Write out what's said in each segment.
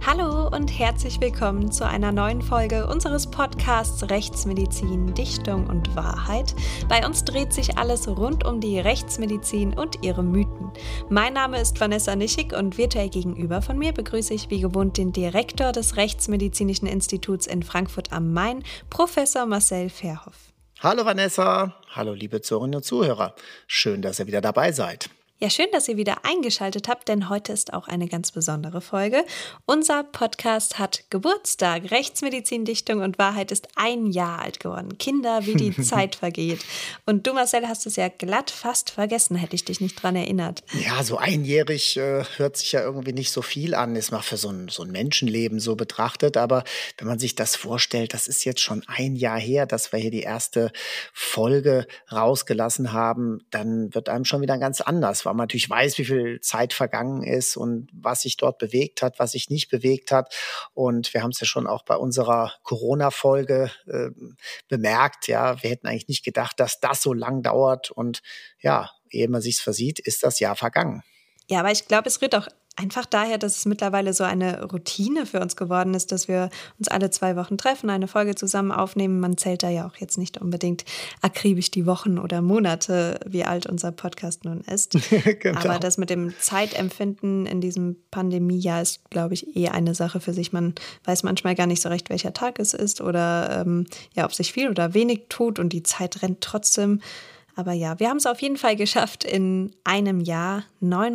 Hallo und herzlich willkommen zu einer neuen Folge unseres Podcasts Rechtsmedizin, Dichtung und Wahrheit. Bei uns dreht sich alles rund um die Rechtsmedizin und ihre Mythen. Mein Name ist Vanessa Nischig und virtuell gegenüber von mir begrüße ich wie gewohnt den Direktor des Rechtsmedizinischen Instituts in Frankfurt am Main, Professor Marcel Verhoff. Hallo Vanessa, hallo liebe Zuhörerinnen und Zuhörer. Schön, dass ihr wieder dabei seid. Ja, schön, dass ihr wieder eingeschaltet habt, denn heute ist auch eine ganz besondere Folge. Unser Podcast hat Geburtstag. Rechtsmedizin, Dichtung und Wahrheit ist 1 Jahr alt geworden. Kinder, wie die Zeit vergeht. Und du, Marcel, hast es ja glatt fast vergessen, hätte ich dich nicht dran erinnert. Ja, so einjährig hört sich ja irgendwie nicht so viel an, ist mal für so ein Menschenleben so betrachtet. Aber wenn man sich das vorstellt, das ist jetzt schon 1 Jahr her, dass wir hier die erste Folge rausgelassen haben, dann wird einem schon wieder ganz anders, weil man natürlich weiß, wie viel Zeit vergangen ist und was sich dort bewegt hat, was sich nicht bewegt hat. Und wir haben es ja schon auch bei unserer Corona-Folge bemerkt. Ja, wir hätten eigentlich nicht gedacht, dass das so lang dauert. Und ja, ehe man sich's versieht, ist das Jahr vergangen. Ja, aber ich glaube, es rührt auch einfach daher, dass es mittlerweile so eine Routine für uns geworden ist, dass wir uns alle 2 Wochen treffen, eine Folge zusammen aufnehmen. Man zählt da ja auch jetzt nicht unbedingt akribisch die Wochen oder Monate, wie alt unser Podcast nun ist. Genau. Aber das mit dem Zeitempfinden in diesem Pandemiejahr ist, glaube ich, eine Sache für sich. Man weiß manchmal gar nicht so recht, welcher Tag es ist oder ob sich viel oder wenig tut und die Zeit rennt trotzdem. Aber ja, wir haben es auf jeden Fall geschafft, in einem Jahr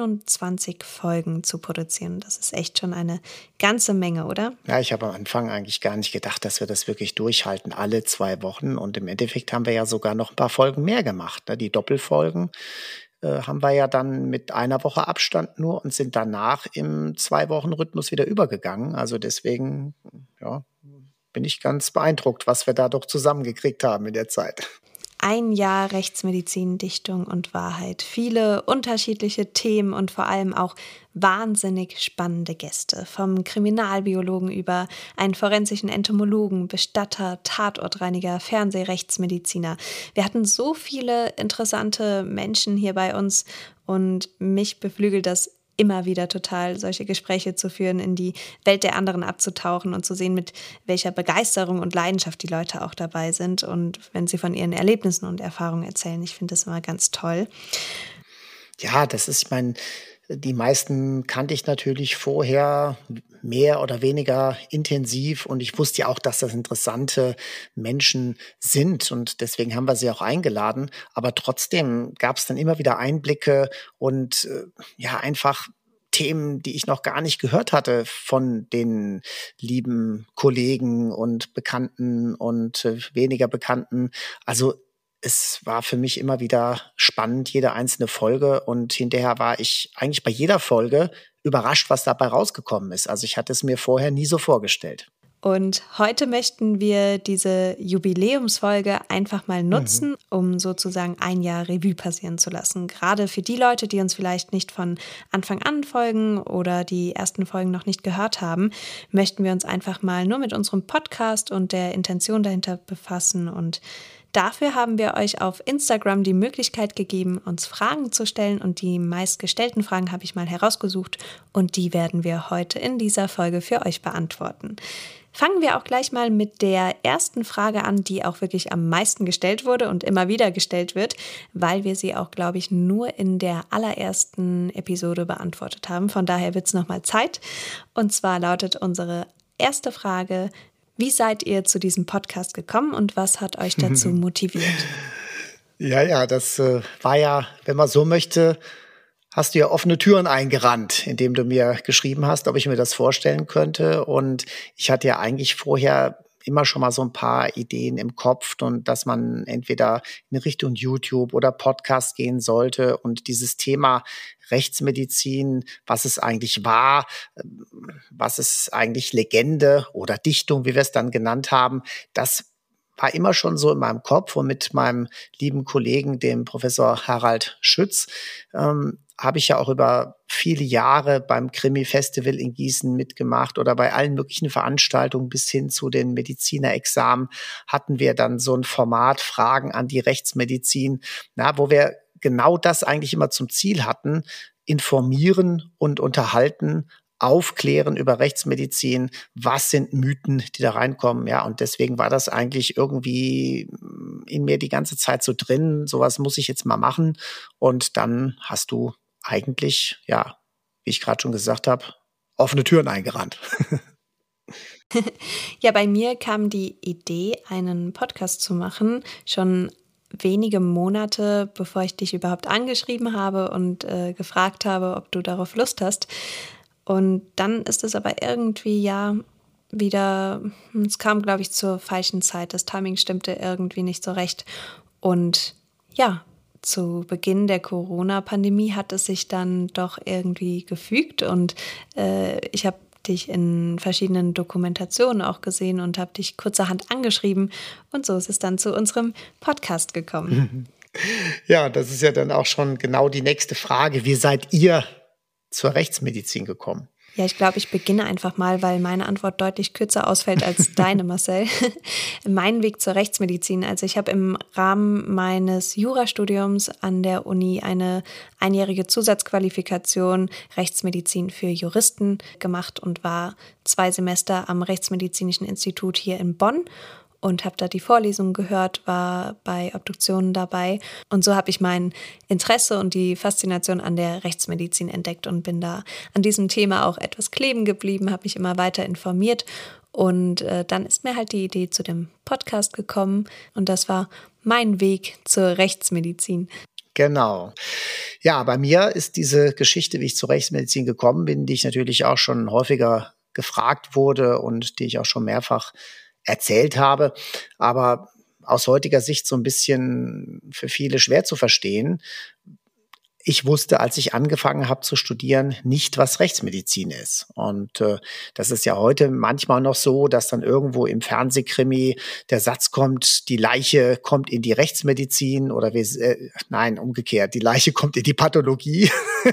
29 Folgen zu produzieren. Das ist echt schon eine ganze Menge, oder? Ja, ich habe am Anfang eigentlich gar nicht gedacht, dass wir das wirklich durchhalten, alle 2 Wochen. Und im Endeffekt haben wir ja sogar noch ein paar Folgen mehr gemacht. Die Doppelfolgen haben wir ja dann mit 1 Woche Abstand nur und sind danach im 2-Wochen-Rhythmus wieder übergegangen. Also deswegen bin ich ganz beeindruckt, was wir da doch zusammengekriegt haben in der Zeit. 1 Jahr Rechtsmedizin, Dichtung und Wahrheit. Viele unterschiedliche Themen und vor allem auch wahnsinnig spannende Gäste. Vom Kriminalbiologen über einen forensischen Entomologen, Bestatter, Tatortreiniger, Fernsehrechtsmediziner. Wir hatten so viele interessante Menschen hier bei uns und mich beflügelt das immer wieder total, solche Gespräche zu führen, in die Welt der anderen abzutauchen und zu sehen, mit welcher Begeisterung und Leidenschaft die Leute auch dabei sind und wenn sie von ihren Erlebnissen und Erfahrungen erzählen. Ich finde das immer ganz toll. Ja, das ist, ich meine, die meisten kannte ich natürlich vorher mehr oder weniger intensiv und ich wusste ja auch, dass das interessante Menschen sind und deswegen haben wir sie auch eingeladen. Aber trotzdem gab es dann immer wieder Einblicke und einfach Themen, die ich noch gar nicht gehört hatte von den lieben Kollegen und Bekannten und weniger Bekannten. Also es war für mich immer wieder spannend, jede einzelne Folge. Und hinterher war ich eigentlich bei jeder Folge überrascht, was dabei rausgekommen ist. Also ich hatte es mir vorher nie so vorgestellt. Und heute möchten wir diese Jubiläumsfolge einfach mal nutzen, um sozusagen 1 Jahr Revue passieren zu lassen. Gerade für die Leute, die uns vielleicht nicht von Anfang an folgen oder die ersten Folgen noch nicht gehört haben, möchten wir uns einfach mal nur mit unserem Podcast und der Intention dahinter befassen. Und dafür haben wir euch auf Instagram die Möglichkeit gegeben, uns Fragen zu stellen. Und die meistgestellten Fragen habe ich mal herausgesucht und die werden wir heute in dieser Folge für euch beantworten. Fangen wir auch gleich mal mit der ersten Frage an, die auch wirklich am meisten gestellt wurde und immer wieder gestellt wird, weil wir sie auch, glaube ich, nur in der allerersten Episode beantwortet haben. Von daher wird es nochmal Zeit. Und zwar lautet unsere erste Frage: Wie seid ihr zu diesem Podcast gekommen und was hat euch dazu motiviert? Ja, das war ja, wenn man so möchte, hast du ja offene Türen eingerannt, indem du mir geschrieben hast, ob ich mir das vorstellen könnte. Und ich hatte ja eigentlich vorher immer schon mal so ein paar Ideen im Kopf und dass man entweder in Richtung YouTube oder Podcast gehen sollte und dieses Thema Rechtsmedizin, was es eigentlich war, was ist eigentlich Legende oder Dichtung, wie wir es dann genannt haben, das war immer schon so in meinem Kopf und mit meinem lieben Kollegen, dem Professor Harald Schütz, habe ich ja auch über viele Jahre beim Krimi-Festival in Gießen mitgemacht oder bei allen möglichen Veranstaltungen bis hin zu den Medizinerexamen hatten wir dann so ein Format Fragen an die Rechtsmedizin, wo wir genau das eigentlich immer zum Ziel hatten, informieren und unterhalten, aufklären über Rechtsmedizin, was sind Mythen, die da reinkommen, ja, und deswegen war das eigentlich irgendwie in mir die ganze Zeit so drin, sowas muss ich jetzt mal machen und dann hast du eigentlich, ja, wie ich gerade schon gesagt habe, offene Türen eingerannt. Ja, bei mir kam die Idee, einen Podcast zu machen, schon wenige Monate, bevor ich dich überhaupt angeschrieben habe und gefragt habe, ob du darauf Lust hast. Und dann ist es aber irgendwie ja wieder, es kam, glaube ich, zur falschen Zeit. Das Timing stimmte irgendwie nicht so recht. Und ja, zu Beginn der Corona-Pandemie hat es sich dann doch irgendwie gefügt und ich habe dich in verschiedenen Dokumentationen auch gesehen und habe dich kurzerhand angeschrieben und so ist es dann zu unserem Podcast gekommen. Ja, das ist ja dann auch schon genau die nächste Frage. Wie seid ihr zur Rechtsmedizin gekommen? Ja, ich glaube, ich beginne einfach mal, weil meine Antwort deutlich kürzer ausfällt als deine, Marcel. Mein Weg zur Rechtsmedizin. Also ich habe im Rahmen meines Jurastudiums an der Uni eine einjährige Zusatzqualifikation Rechtsmedizin für Juristen gemacht und war 2 Semester am Rechtsmedizinischen Institut hier in Bonn und habe da die Vorlesungen gehört, war bei Obduktionen dabei. Und so habe ich mein Interesse und die Faszination an der Rechtsmedizin entdeckt und bin da an diesem Thema auch etwas kleben geblieben, habe mich immer weiter informiert. Und dann ist mir halt die Idee zu dem Podcast gekommen und das war mein Weg zur Rechtsmedizin. Genau. Ja, bei mir ist diese Geschichte, wie ich zur Rechtsmedizin gekommen bin, die ich natürlich auch schon häufiger gefragt wurde und die ich auch schon mehrfach erzählt habe, aber aus heutiger Sicht so ein bisschen für viele schwer zu verstehen. Ich wusste, als ich angefangen habe zu studieren, nicht, was Rechtsmedizin ist. Und das ist ja heute manchmal noch so, dass dann irgendwo im Fernsehkrimi der Satz kommt, die Leiche kommt in die Rechtsmedizin oder nein, umgekehrt, die Leiche kommt in die Pathologie.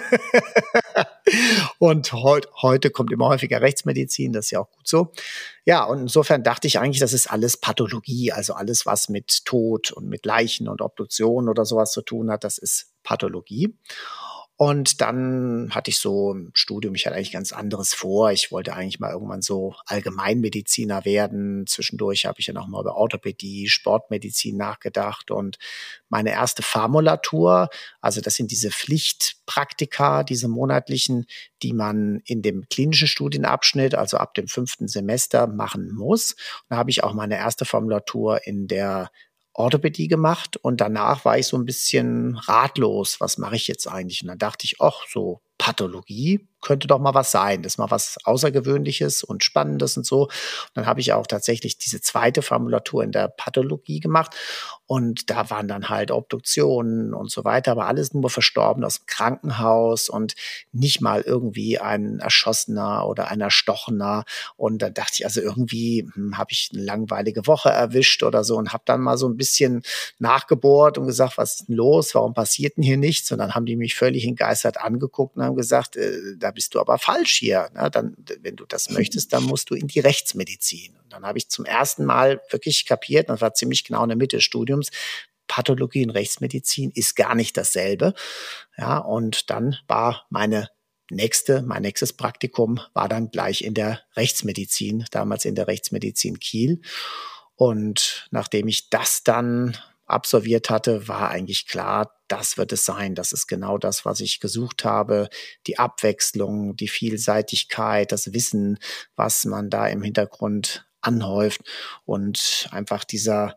Und heute kommt immer häufiger Rechtsmedizin, das ist ja auch gut so. Ja, und insofern dachte ich eigentlich, das ist alles Pathologie, also alles, was mit Tod und mit Leichen und Obduktion oder sowas zu tun hat, das ist Pathologie. Und dann hatte ich so im Studium, ich hatte eigentlich ganz anderes vor. Ich wollte eigentlich mal irgendwann so Allgemeinmediziner werden. Zwischendurch habe ich ja noch mal über Orthopädie, Sportmedizin nachgedacht. Und meine erste Formulatur, also das sind diese Pflichtpraktika, diese monatlichen, die man in dem klinischen Studienabschnitt, also ab dem 5. Semester machen muss. Und da habe ich auch meine erste Formulatur in der Orthopädie gemacht und danach war ich so ein bisschen ratlos, was mache ich jetzt eigentlich? Und dann dachte ich, ach, so Pathologie könnte doch mal was sein, das ist mal was Außergewöhnliches und Spannendes und so. Und dann habe ich auch tatsächlich diese zweite Formulatur in der Pathologie gemacht und da waren dann halt Obduktionen und so weiter, aber alles nur verstorben aus dem Krankenhaus und nicht mal irgendwie ein Erschossener oder ein Erstochener. Und dann dachte ich, also irgendwie habe ich eine langweilige Woche erwischt oder so und habe dann mal so ein bisschen nachgebohrt und gesagt, was ist denn los, warum passiert denn hier nichts? Und dann haben die mich völlig entgeistert angeguckt und haben gesagt, da bist du aber falsch hier. Na, dann, wenn du das möchtest, dann musst du in die Rechtsmedizin. Und dann habe ich zum ersten Mal wirklich kapiert, das war ziemlich genau in der Mitte des Studiums, Pathologie und Rechtsmedizin ist gar nicht dasselbe. Ja, und dann war mein nächstes Praktikum war dann gleich in der Rechtsmedizin, damals in der Rechtsmedizin Kiel. Und nachdem ich das dann absolviert hatte, war eigentlich klar, das wird es sein. Das ist genau das, was ich gesucht habe. Die Abwechslung, die Vielseitigkeit, das Wissen, was man da im Hintergrund anhäuft und einfach dieser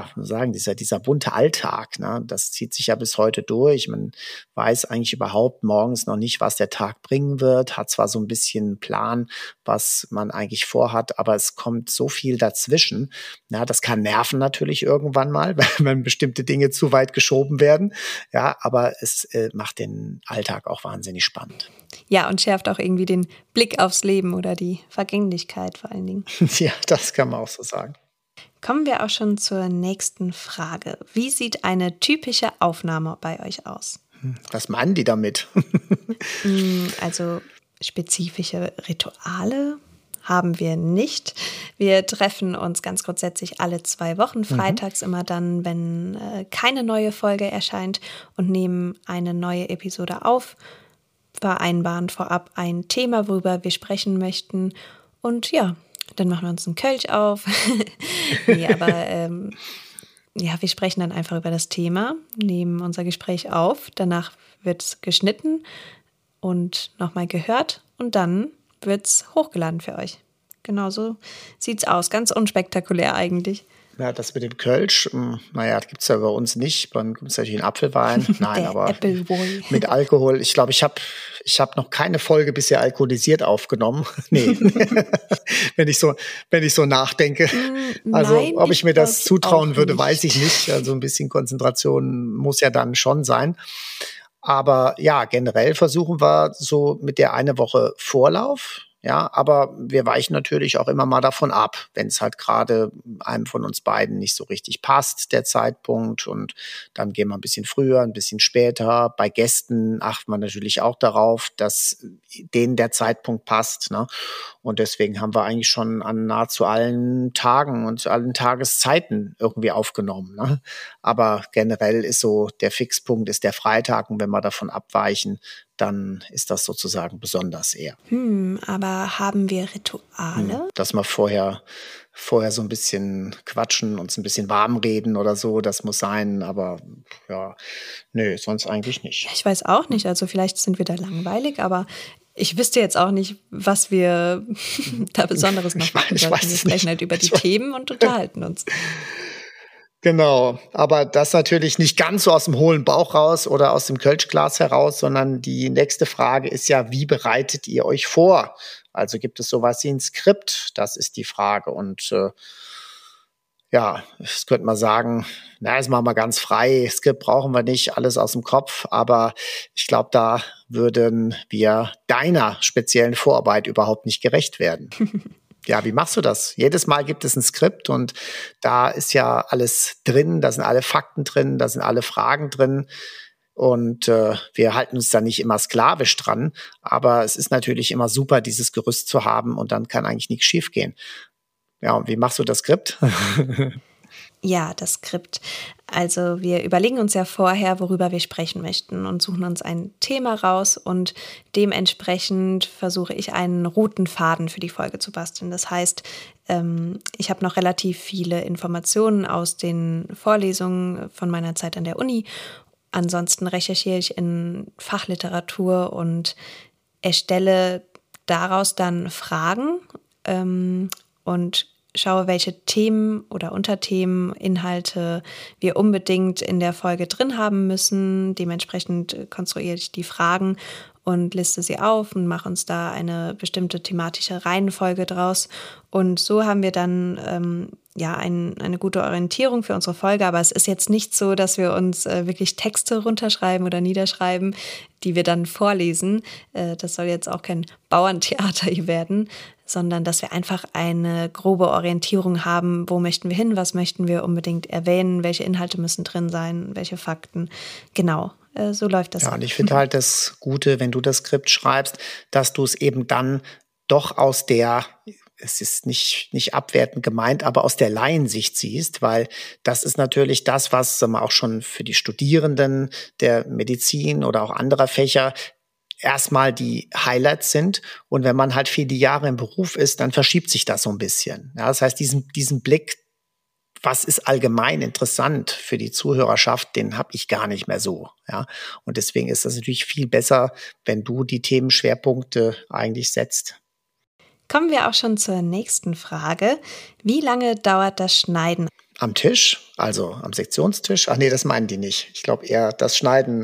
bunte Alltag, ne, das zieht sich ja bis heute durch. Man weiß eigentlich überhaupt morgens noch nicht, was der Tag bringen wird, hat zwar so ein bisschen einen Plan, was man eigentlich vorhat, aber es kommt so viel dazwischen. Ja, das kann nerven natürlich irgendwann mal, wenn bestimmte Dinge zu weit geschoben werden. Ja, aber es macht den Alltag auch wahnsinnig spannend. Ja, und schärft auch irgendwie den Blick aufs Leben oder die Vergänglichkeit vor allen Dingen. Ja, das kann man auch so sagen. Kommen wir auch schon zur nächsten Frage. Wie sieht eine typische Aufnahme bei euch aus? Was meinen die damit? Also spezifische Rituale haben wir nicht. Wir treffen uns ganz grundsätzlich alle 2 Wochen, freitags immer dann, wenn keine neue Folge erscheint und nehmen eine neue Episode auf. vereinbaren vorab ein Thema, worüber wir sprechen möchten. Und ja, dann machen wir uns einen Kölsch auf. Nee, aber wir sprechen dann einfach über das Thema, nehmen unser Gespräch auf. Danach wird es geschnitten und nochmal gehört. Und dann wird es hochgeladen für euch. Genauso sieht's aus. Ganz unspektakulär eigentlich. Ja, das mit dem Kölsch, das gibt es ja bei uns nicht. Bei uns gibt es natürlich einen Apfelwein. Nein, aber mit Alkohol. Ich glaube, ich hab noch keine Folge bisher alkoholisiert aufgenommen. Nee, wenn ich so nachdenke. Also, nein, ob ich mir das zutrauen würde, weiß ich nicht. Also ein bisschen Konzentration muss ja dann schon sein. Aber ja, generell versuchen wir so mit der eine Woche Vorlauf. Ja, aber wir weichen natürlich auch immer mal davon ab, wenn es halt gerade einem von uns beiden nicht so richtig passt, der Zeitpunkt. Und dann gehen wir ein bisschen früher, ein bisschen später. Bei Gästen achtet man natürlich auch darauf, dass denen der Zeitpunkt passt, ne? Und deswegen haben wir eigentlich schon an nahezu allen Tagen und allen Tageszeiten irgendwie aufgenommen, ne? Aber generell ist so der Fixpunkt ist der Freitag. Und wenn wir davon abweichen, dann ist das sozusagen besonders eher. Aber haben wir Rituale? Dass wir vorher so ein bisschen quatschen, uns ein bisschen warm reden oder so, das muss sein, aber ja, nö, sonst eigentlich nicht. Ich weiß auch nicht, also vielleicht sind wir da langweilig, aber ich wüsste jetzt auch nicht, was wir da Besonderes noch machen sollten. Wir sprechen halt über die Themen und unterhalten uns. Genau, aber das natürlich nicht ganz so aus dem hohlen Bauch raus oder aus dem Kölschglas heraus, sondern die nächste Frage ist ja, wie bereitet ihr euch vor? Also gibt es sowas wie ein Skript? Das ist die Frage. Und das könnte man sagen, das machen wir ganz frei. Skript brauchen wir nicht, alles aus dem Kopf. Aber ich glaube, da würden wir deiner speziellen Vorarbeit überhaupt nicht gerecht werden. Ja, wie machst du das? Jedes Mal gibt es ein Skript und da ist ja alles drin, da sind alle Fakten drin, da sind alle Fragen drin und wir halten uns da nicht immer sklavisch dran, aber es ist natürlich immer super, dieses Gerüst zu haben und dann kann eigentlich nichts schiefgehen. Ja, und wie machst du das Skript? Ja, das Skript. Also wir überlegen uns ja vorher, worüber wir sprechen möchten und suchen uns ein Thema raus und dementsprechend versuche ich einen roten Faden für die Folge zu basteln. Das heißt, ich habe noch relativ viele Informationen aus den Vorlesungen von meiner Zeit an der Uni. Ansonsten recherchiere ich in Fachliteratur und erstelle daraus dann Fragen und schaue, welche Themen oder Unterthemen, Inhalte wir unbedingt in der Folge drin haben müssen. Dementsprechend konstruiere ich die Fragen und liste sie auf und mache uns da eine bestimmte thematische Reihenfolge draus. Und so haben wir dann eine gute Orientierung für unsere Folge. Aber es ist jetzt nicht so, dass wir uns wirklich Texte runterschreiben oder niederschreiben, die wir dann vorlesen. Das soll jetzt auch kein Bauerntheater hier werden, sondern dass wir einfach eine grobe Orientierung haben, wo möchten wir hin, was möchten wir unbedingt erwähnen, welche Inhalte müssen drin sein, welche Fakten. Genau, so läuft das. Ja, und ich finde halt das Gute, wenn du das Skript schreibst, dass du es eben dann doch aus der, es ist nicht abwertend gemeint, aber aus der Laiensicht siehst, weil das ist natürlich das, was sagen wir, auch schon für die Studierenden der Medizin oder auch anderer Fächer erstmal die Highlights sind. Und wenn man halt viele Jahre im Beruf ist, dann verschiebt sich das so ein bisschen. Ja, das heißt, diesen Blick, was ist allgemein interessant für die Zuhörerschaft, den habe ich gar nicht mehr so. Ja, und deswegen ist das natürlich viel besser, wenn du die Themenschwerpunkte eigentlich setzt. Kommen wir auch schon zur nächsten Frage. Wie lange dauert das Schneiden? Am Tisch, also am Sektionstisch. Ach nee, das meinen die nicht. Ich glaube eher das Schneiden.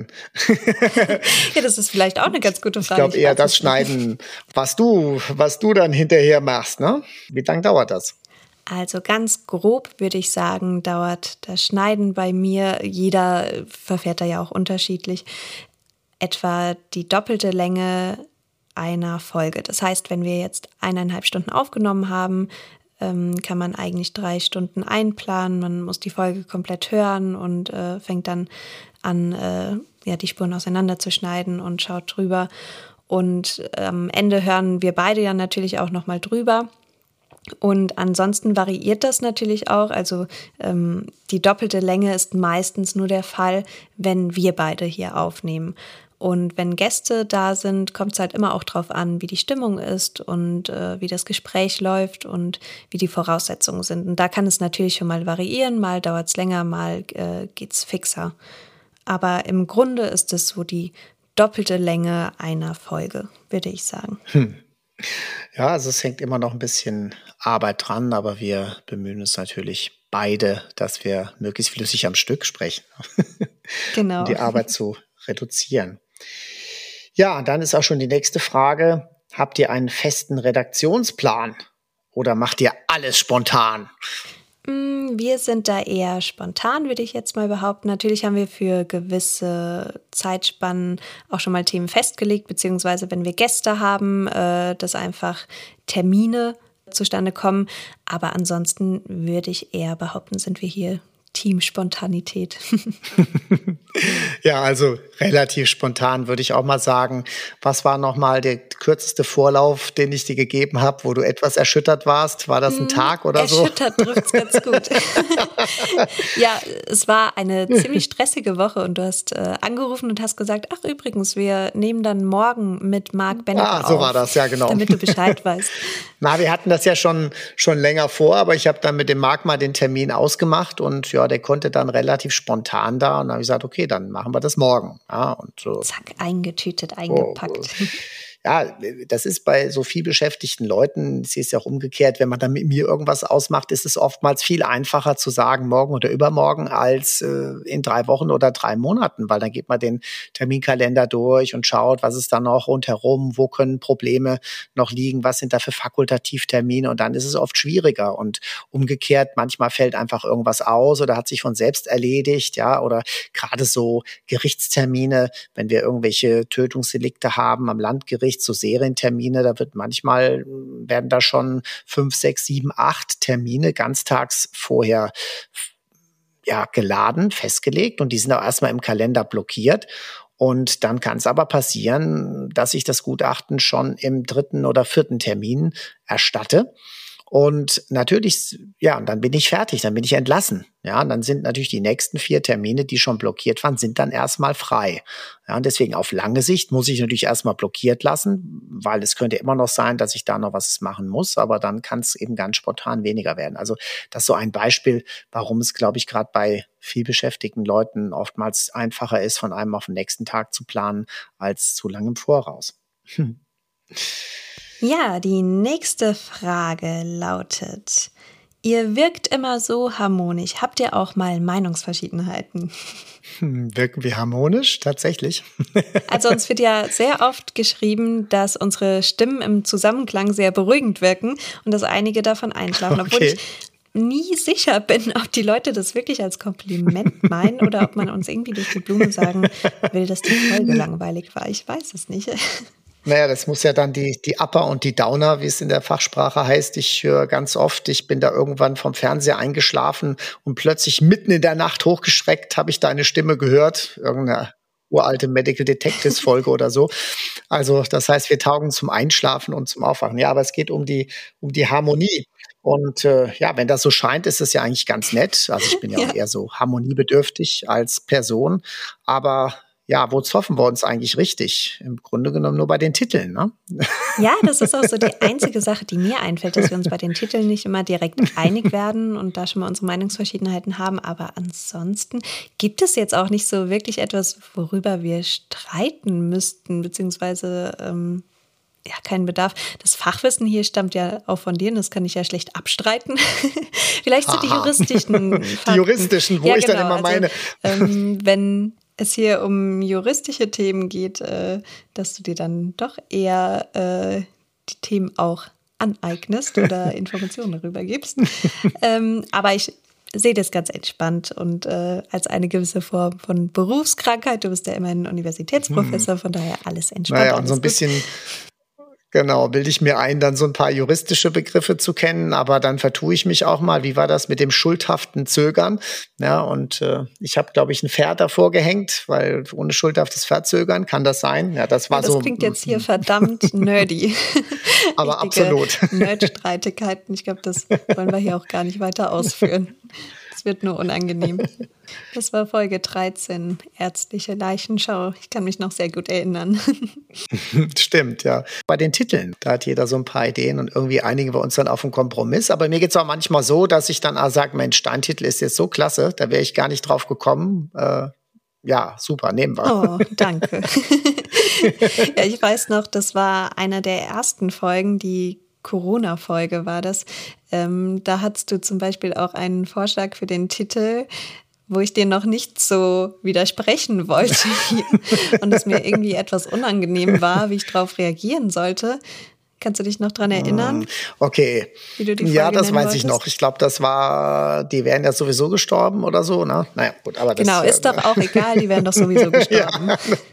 Ja, das ist vielleicht auch eine ganz gute Frage. Ich glaube eher das Schneiden, was du dann hinterher machst, ne? Wie lange dauert das? Also ganz grob würde ich sagen, dauert das Schneiden bei mir, jeder verfährt da ja auch unterschiedlich, etwa die doppelte Länge einer Folge. Das heißt, wenn wir jetzt 1,5 Stunden aufgenommen haben, kann man eigentlich 3 Stunden einplanen. Man muss die Folge komplett hören und fängt dann an, die Spuren auseinanderzuschneiden und schaut drüber. Und am Ende hören wir beide ja natürlich auch nochmal drüber. Und ansonsten variiert das natürlich auch. Also die doppelte Länge ist meistens nur der Fall, wenn wir beide hier aufnehmen. Und wenn Gäste da sind, kommt es halt immer auch drauf an, wie die Stimmung ist und wie das Gespräch läuft und wie die Voraussetzungen sind. Und da kann es natürlich schon mal variieren, mal dauert es länger, mal geht's fixer. Aber im Grunde ist es so die doppelte Länge einer Folge, würde ich sagen. Ja, also es hängt immer noch ein bisschen Arbeit dran, aber wir bemühen uns natürlich beide, dass wir möglichst flüssig am Stück sprechen, Genau. um die Arbeit zu reduzieren. Ja, dann ist auch schon die nächste Frage. Habt ihr einen festen Redaktionsplan oder macht ihr alles spontan? Wir sind da eher spontan, würde ich jetzt mal behaupten. Natürlich haben wir für gewisse Zeitspannen auch schon mal Themen festgelegt, beziehungsweise wenn wir Gäste haben, dass einfach Termine zustande kommen. Aber ansonsten würde ich eher behaupten, sind wir hier Team Spontanität. Ja, also relativ spontan würde ich auch mal sagen. Was war nochmal der kürzeste Vorlauf, den ich dir gegeben habe, wo du etwas erschüttert warst? War das ein Tag oder so? Erschüttert trifft's ganz gut. Ja, es war eine ziemlich stressige Woche und du hast angerufen und hast gesagt, ach übrigens, wir nehmen dann morgen mit Marc Benecke auf. So war das, ja genau. Damit du Bescheid weißt. Na, wir hatten das ja schon länger vor, aber ich habe dann mit dem Marc mal den Termin ausgemacht und ja, der konnte dann relativ spontan da und dann habe ich gesagt, okay, dann machen wir das morgen. Ja, und so. Zack, eingetütet, eingepackt. Ja, das ist bei so viel beschäftigten Leuten, es ist ja auch umgekehrt, wenn man dann mit mir irgendwas ausmacht, ist es oftmals viel einfacher zu sagen, morgen oder übermorgen, als in 3 Wochen oder 3 Monaten, weil dann geht man den Terminkalender durch und schaut, was ist da noch rundherum, wo können Probleme noch liegen, was sind da für Fakultativtermine und dann ist es oft schwieriger und umgekehrt, manchmal fällt einfach irgendwas aus oder hat sich von selbst erledigt, ja, oder gerade so Gerichtstermine, wenn wir irgendwelche Tötungsdelikte haben am Landgericht, so Serientermine, da werden da schon 5, 6, 7, 8 Termine ganztags vorher geladen, festgelegt und die sind auch erstmal im Kalender blockiert. Und dann kann es aber passieren, dass ich das Gutachten schon im 3. oder 4. Termin erstatte. Und natürlich, ja, und dann bin ich fertig, dann bin ich entlassen. Ja, und dann sind natürlich die nächsten 4 Termine, die schon blockiert waren, sind dann erstmal frei. Ja, und deswegen auf lange Sicht muss ich natürlich erstmal blockiert lassen, weil es könnte immer noch sein, dass ich da noch was machen muss, aber dann kann es eben ganz spontan weniger werden. Also das ist so ein Beispiel, warum es, glaube ich, gerade bei viel beschäftigten Leuten oftmals einfacher ist, von einem auf den nächsten Tag zu planen, als zu lang im Voraus. Ja, die nächste Frage lautet, ihr wirkt immer so harmonisch. Habt ihr auch mal Meinungsverschiedenheiten? Wirken wir harmonisch? Tatsächlich. Also uns wird ja sehr oft geschrieben, dass unsere Stimmen im Zusammenklang sehr beruhigend wirken und dass einige davon einschlafen, obwohl ich nie sicher bin, ob die Leute das wirklich als Kompliment meinen oder ob man uns irgendwie durch die Blume sagen will, dass die Folge langweilig war. Ich weiß es nicht. Naja, das muss ja dann die Upper und die Downer, wie es in der Fachsprache heißt. Ich höre ganz oft, ich bin da irgendwann vom Fernseher eingeschlafen und plötzlich mitten in der Nacht hochgeschreckt habe ich deine Stimme gehört. Irgendeine uralte Medical Detectives Folge oder so. Also das heißt, wir taugen zum Einschlafen und zum Aufwachen. Ja, aber es geht um die Harmonie. Und wenn das so scheint, ist es ja eigentlich ganz nett. Also ich bin ja auch eher so harmoniebedürftig als Person. Aber ja, wo zoffen wir uns eigentlich richtig? Im Grunde genommen nur bei den Titeln, ne? Ja, das ist auch so die einzige Sache, die mir einfällt, dass wir uns bei den Titeln nicht immer direkt einig werden und da schon mal unsere Meinungsverschiedenheiten haben. Aber ansonsten gibt es jetzt auch nicht so wirklich etwas, worüber wir streiten müssten, beziehungsweise keinen Bedarf. Das Fachwissen hier stammt ja auch von dir, das kann ich ja schlecht abstreiten. Vielleicht so die juristischen Fakten. Die juristischen, wo ich dann immer meine. Wenn es hier um juristische Themen geht, dass du dir dann doch eher die Themen auch aneignest oder Informationen darüber gibst. Aber ich sehe das ganz entspannt und als eine gewisse Form von Berufskrankheit. Du bist ja immerhin Universitätsprofessor, von daher alles entspannt. Naja, und so ein bisschen Genau, bilde ich mir ein, dann so ein paar juristische Begriffe zu kennen, aber dann vertue ich mich auch mal. Wie war das mit dem schuldhaften Zögern? Ja, und ich habe, glaube ich, ein Pferd davor gehängt, weil ohne schuldhaftes Verzögern kann das sein. Ja, das war das so. Das klingt jetzt hier verdammt nerdy. Aber absolut. Nerdstreitigkeiten. Ich glaube, das wollen wir hier auch gar nicht weiter ausführen. Es wird nur unangenehm. Das war Folge 13, ärztliche Leichenschau. Ich kann mich noch sehr gut erinnern. Stimmt, ja. Bei den Titeln, da hat jeder so ein paar Ideen und irgendwie einigen wir uns dann auf einen Kompromiss. Aber mir geht es auch manchmal so, dass ich dann sage, Mensch, dein Titel ist jetzt so klasse, da wäre ich gar nicht drauf gekommen. Ja, super, nehmen wir. Oh, danke. Ja, ich weiß noch, das war einer der ersten Folgen, die Corona-Folge war das. Da hattest du zum Beispiel auch einen Vorschlag für den Titel, wo ich dir noch nicht so widersprechen wollte und es mir irgendwie etwas unangenehm war, wie ich darauf reagieren sollte. Kannst du dich noch dran erinnern? Okay. Wie du die Folge ja, das nennen weiß wolltest? ich noch. Ich glaube, das war, die wären ja sowieso gestorben oder so, ne? Naja, gut, aber das Genau, ist doch auch egal, die wären doch sowieso gestorben.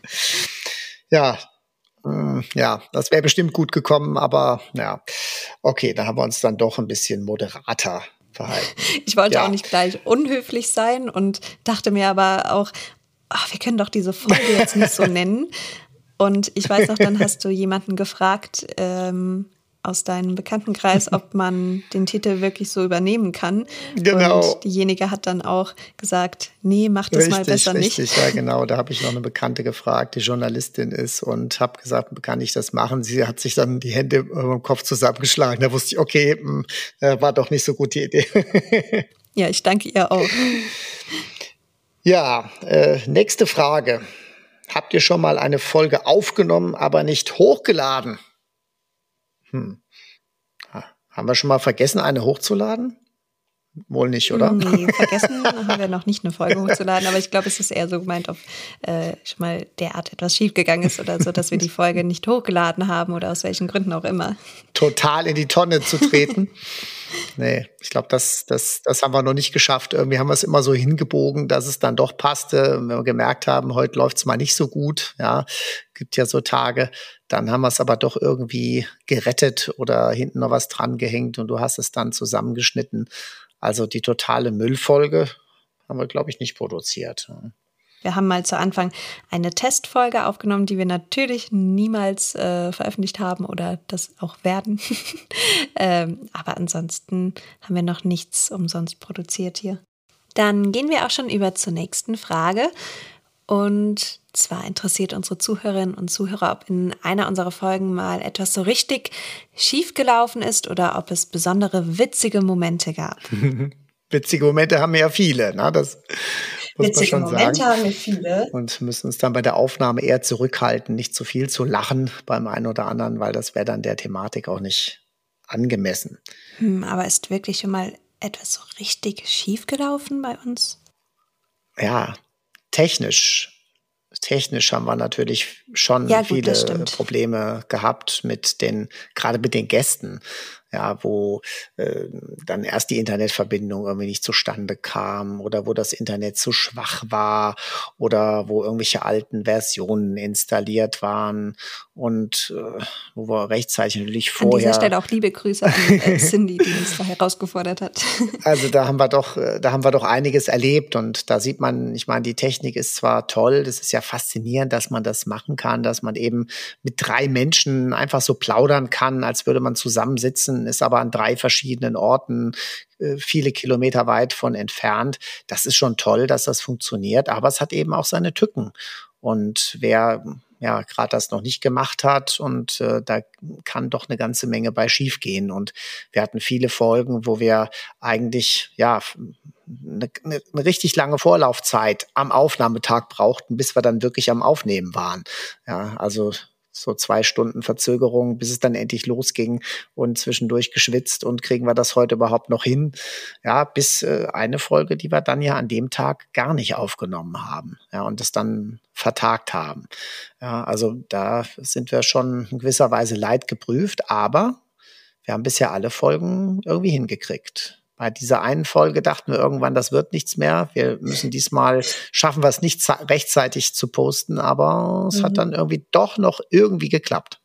Ja, das wäre bestimmt gut gekommen, aber ja, okay, da haben wir uns dann doch ein bisschen moderater verhalten. Ich wollte auch nicht gleich unhöflich sein und dachte mir aber auch, wir können doch diese Folge jetzt nicht so nennen. Und ich weiß noch, dann hast du jemanden gefragt aus deinem Bekanntenkreis, ob man den Titel wirklich so übernehmen kann. Genau. Und diejenige hat dann auch gesagt, nee, mach das mal besser nicht. Richtig, ja genau. Da habe ich noch eine Bekannte gefragt, die Journalistin ist und habe gesagt, kann ich das machen? Sie hat sich dann die Hände im Kopf zusammengeschlagen. Da wusste ich, okay, war doch nicht so gut die Idee. Ja, ich danke ihr auch. Ja, nächste Frage. Habt ihr schon mal eine Folge aufgenommen, aber nicht hochgeladen? Haben wir schon mal vergessen, eine hochzuladen? Wohl nicht, oder? Nee, vergessen haben wir noch nicht, eine Folge hochzuladen, aber ich glaube, es ist eher so gemeint, ob schon mal derart etwas schiefgegangen ist oder so, dass wir die Folge nicht hochgeladen haben oder aus welchen Gründen auch immer. Total in die Tonne zu treten. Nee, ich glaube, das haben wir noch nicht geschafft. Irgendwie haben wir es immer so hingebogen, dass es dann doch passte. Wenn wir gemerkt haben, heute läuft es mal nicht so gut, ja, gibt ja so Tage, dann haben wir es aber doch irgendwie gerettet oder hinten noch was dran gehängt und du hast es dann zusammengeschnitten. Also die totale Müllfolge haben wir, glaube ich, nicht produziert. Wir haben mal zu Anfang eine Testfolge aufgenommen, die wir natürlich niemals veröffentlicht haben oder das auch werden. Aber ansonsten haben wir noch nichts umsonst produziert hier. Dann gehen wir auch schon über zur nächsten Frage. Und zwar interessiert unsere Zuhörerinnen und Zuhörer, ob in einer unserer Folgen mal etwas so richtig schief gelaufen ist oder ob es besondere witzige Momente gab. Witzige Momente haben wir ja viele, ne? Das muss man schon sagen. Haben wir viele. Und müssen uns dann bei der Aufnahme eher zurückhalten, nicht zu viel zu lachen beim einen oder anderen, weil das wäre dann der Thematik auch nicht angemessen. Aber ist wirklich schon mal etwas so richtig schief gelaufen bei uns? Ja, technisch haben wir natürlich schon viele Probleme gehabt gerade mit den Gästen. Ja, wo dann erst die Internetverbindung irgendwie nicht zustande kam oder wo das Internet zu schwach war oder wo irgendwelche alten Versionen installiert waren und wo wir rechtzeitig natürlich vorher... An dieser Stelle auch liebe Grüße an Cindy, die uns da herausgefordert hat. Also da haben wir doch einiges erlebt und da sieht man, ich meine, die Technik ist zwar toll, das ist ja faszinierend, dass man das machen kann, dass man eben mit 3 Menschen einfach so plaudern kann, als würde man zusammensitzen, ist aber an 3 verschiedenen Orten, viele Kilometer weit von entfernt. Das ist schon toll, dass das funktioniert, aber es hat eben auch seine Tücken. Und wer ja gerade das noch nicht gemacht hat und da kann doch eine ganze Menge bei schief gehen. Und wir hatten viele Folgen, wo wir eigentlich ja eine richtig lange Vorlaufzeit am Aufnahmetag brauchten, bis wir dann wirklich am Aufnehmen waren. Ja, also so 2 Stunden Verzögerung, bis es dann endlich losging und zwischendurch geschwitzt und kriegen wir das heute überhaupt noch hin? Ja, bis eine Folge, die wir dann ja an dem Tag gar nicht aufgenommen haben, ja, und das dann vertagt haben. Ja, also da sind wir schon in gewisser Weise leidgeprüft, aber wir haben bisher alle Folgen irgendwie hingekriegt. Bei dieser einen Folge dachten wir irgendwann, das wird nichts mehr. Wir müssen schaffen wir es nicht rechtzeitig zu posten, aber es hat dann irgendwie doch noch irgendwie geklappt.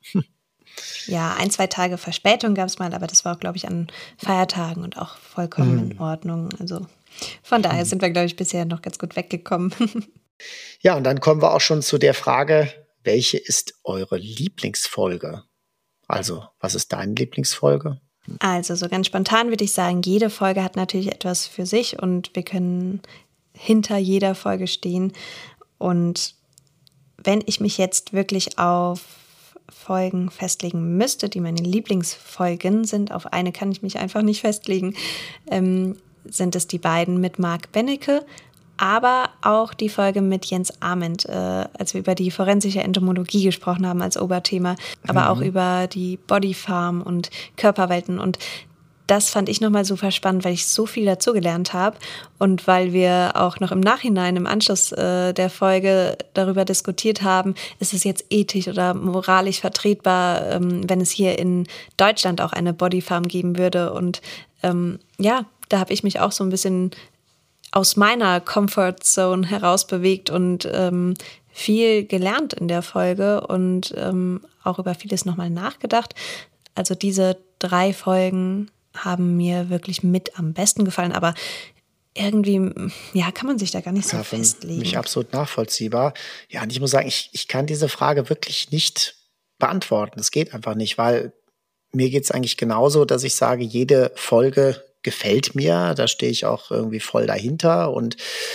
Ja, 1, 2 Tage Verspätung gab es mal, aber das war auch, glaube ich, an Feiertagen und auch vollkommen in Ordnung. Also von daher sind wir, glaube ich, bisher noch ganz gut weggekommen. Ja, und dann kommen wir auch schon zu der Frage, welche ist eure Lieblingsfolge? Also, was ist deine Lieblingsfolge? Also so ganz spontan würde ich sagen, jede Folge hat natürlich etwas für sich und wir können hinter jeder Folge stehen. Und wenn ich mich jetzt wirklich auf Folgen festlegen müsste, die meine Lieblingsfolgen sind, auf eine kann ich mich einfach nicht festlegen, sind es die beiden mit Marc Benecke, aber auch die Folge mit Jens Ament, als wir über die forensische Entomologie gesprochen haben als Oberthema, aber auch über die Bodyfarm und Körperwelten. Und das fand ich nochmal super spannend, weil ich so viel dazugelernt habe und weil wir auch noch im Nachhinein, im Anschluss der Folge darüber diskutiert haben, ist es jetzt ethisch oder moralisch vertretbar, wenn es hier in Deutschland auch eine Bodyfarm geben würde. Und ja, da habe ich mich auch so ein bisschen aus meiner Comfortzone herausbewegt und viel gelernt in der Folge und auch über vieles nochmal nachgedacht. Also diese 3 Folgen haben mir wirklich mit am besten gefallen, aber irgendwie, ja, kann man sich da gar nicht so festlegen. Für mich absolut nachvollziehbar. Ja, und ich muss sagen, ich kann diese Frage wirklich nicht beantworten. Es geht einfach nicht, weil mir geht es eigentlich genauso, dass ich sage, jede Folge gefällt mir, da stehe ich auch irgendwie voll dahinter und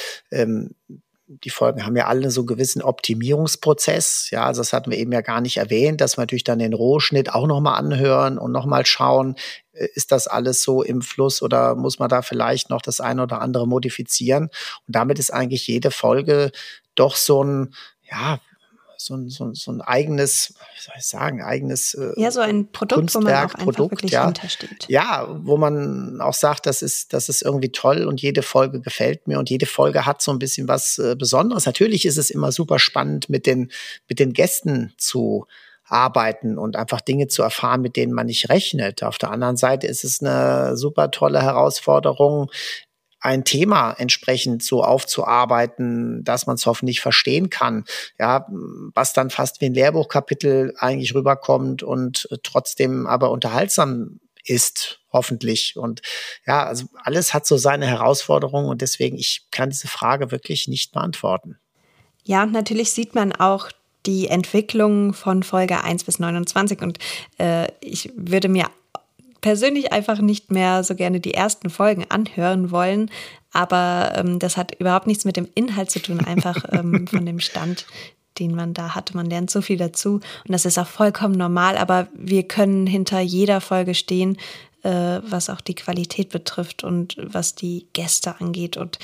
die Folgen haben ja alle so einen gewissen Optimierungsprozess. Ja, also das hatten wir eben ja gar nicht erwähnt, dass wir natürlich dann den Rohschnitt auch nochmal anhören und nochmal schauen, ist das alles so im Fluss oder muss man da vielleicht noch das eine oder andere modifizieren? Und damit ist eigentlich jede Folge doch so ein, ja, so ein eigenes, wie soll ich sagen, eigenes ja, so ein Produkt, Kunstwerk, wo man auch einfach Produkt, wirklich ja, hintersteht. Ja, wo man auch sagt, das ist irgendwie toll und jede Folge gefällt mir und jede Folge hat so ein bisschen was Besonderes. Natürlich ist es immer super spannend, mit den Gästen zu arbeiten und einfach Dinge zu erfahren, mit denen man nicht rechnet. Auf der anderen Seite ist es eine super tolle Herausforderung, ein Thema entsprechend so aufzuarbeiten, dass man es hoffentlich verstehen kann. Ja, was dann fast wie ein Lehrbuchkapitel eigentlich rüberkommt und trotzdem aber unterhaltsam ist, hoffentlich. Und ja, also alles hat so seine Herausforderungen und deswegen, ich kann diese Frage wirklich nicht beantworten. Ja, und natürlich sieht man auch die Entwicklung von Folge 1 bis 29 und ich würde mir persönlich einfach nicht mehr so gerne die ersten Folgen anhören wollen, aber das hat überhaupt nichts mit dem Inhalt zu tun, einfach von dem Stand, den man da hatte. Man lernt so viel dazu und das ist auch vollkommen normal, aber wir können hinter jeder Folge stehen, was auch die Qualität betrifft und was die Gäste angeht und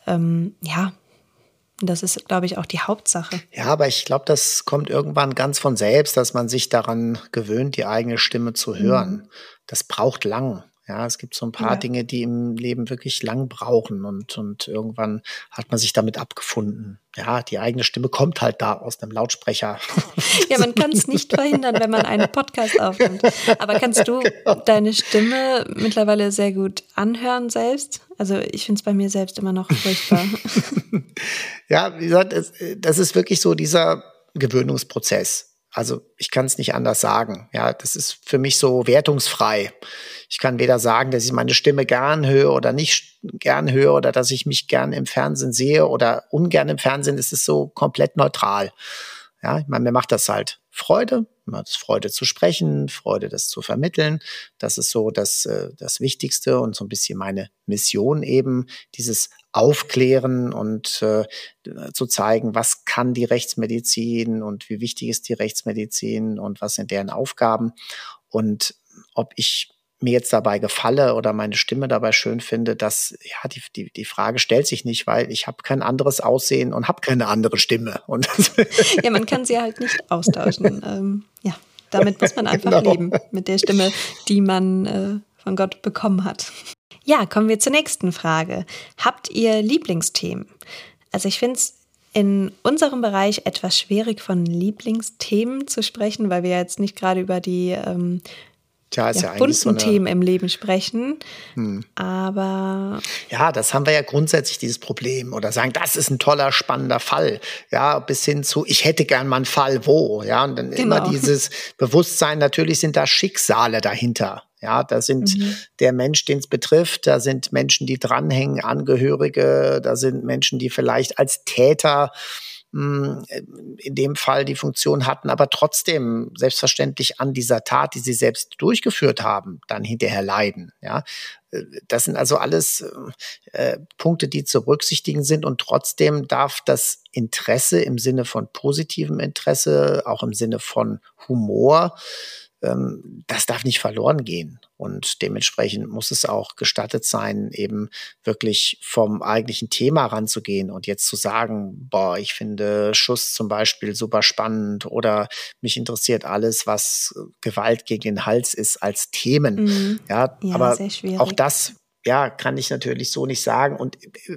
ja, das ist, glaube ich, auch die Hauptsache. Ja, aber ich glaube, das kommt irgendwann ganz von selbst, dass man sich daran gewöhnt, die eigene Stimme zu hören. Das braucht lang. Ja, es gibt so ein paar Dinge, die im Leben wirklich lang brauchen und irgendwann hat man sich damit abgefunden. Ja, die eigene Stimme kommt halt da aus einem Lautsprecher. Ja, man kann es nicht verhindern, wenn man einen Podcast aufnimmt. Aber kannst du deine Stimme mittlerweile sehr gut anhören selbst? Also ich finde es bei mir selbst immer noch furchtbar. Ja, wie gesagt, das ist wirklich so dieser Gewöhnungsprozess. Also ich kann es nicht anders sagen. Ja, das ist für mich so wertungsfrei. Ich kann weder sagen, dass ich meine Stimme gern höre oder nicht gern höre oder dass ich mich gern im Fernsehen sehe oder ungern im Fernsehen. Es ist so komplett neutral. Ja, ich meine, mir macht das halt Freude. Mir macht es Freude zu sprechen, Freude, das zu vermitteln. Das ist so das Wichtigste und so ein bisschen meine Mission eben, dieses Aufklären und zu zeigen, was kann die Rechtsmedizin und wie wichtig ist die Rechtsmedizin und was sind deren Aufgaben. Und ob ich mir jetzt dabei gefalle oder meine Stimme dabei schön finde, ja, die Frage stellt sich nicht, weil ich habe kein anderes Aussehen und habe keine andere Stimme. Und ja, man kann sie halt nicht austauschen. Ja, damit muss man einfach leben, mit der Stimme, die man von Gott bekommen hat. Ja, kommen wir zur nächsten Frage. Habt ihr Lieblingsthemen? Also ich finde es in unserem Bereich etwas schwierig, von Lieblingsthemen zu sprechen, weil wir jetzt nicht gerade über die bunten so Themen im Leben sprechen. Aber ja, das haben wir ja grundsätzlich, dieses Problem. Oder sagen, das ist ein toller, spannender Fall. Ja, bis hin zu, ich hätte gern mal einen Fall, wo. Ja, und dann immer dieses Bewusstsein, natürlich sind da Schicksale dahinter. Ja, da sind der Mensch, den es betrifft, da sind Menschen, die dranhängen, Angehörige, da sind Menschen, die vielleicht als Täter in dem Fall die Funktion hatten, aber trotzdem selbstverständlich an dieser Tat, die sie selbst durchgeführt haben, dann hinterher leiden. Ja, das sind also alles Punkte, die zu berücksichtigen sind, und trotzdem darf das Interesse im Sinne von positivem Interesse, auch im Sinne von Humor, das darf nicht verloren gehen. Und dementsprechend muss es auch gestattet sein, eben wirklich vom eigentlichen Thema ranzugehen und jetzt zu sagen, boah, ich finde Schuss zum Beispiel super spannend oder mich interessiert alles, was Gewalt gegen den Hals ist, als Themen. Ja, aber sehr schwierig. Auch das, ja, kann ich natürlich so nicht sagen. Und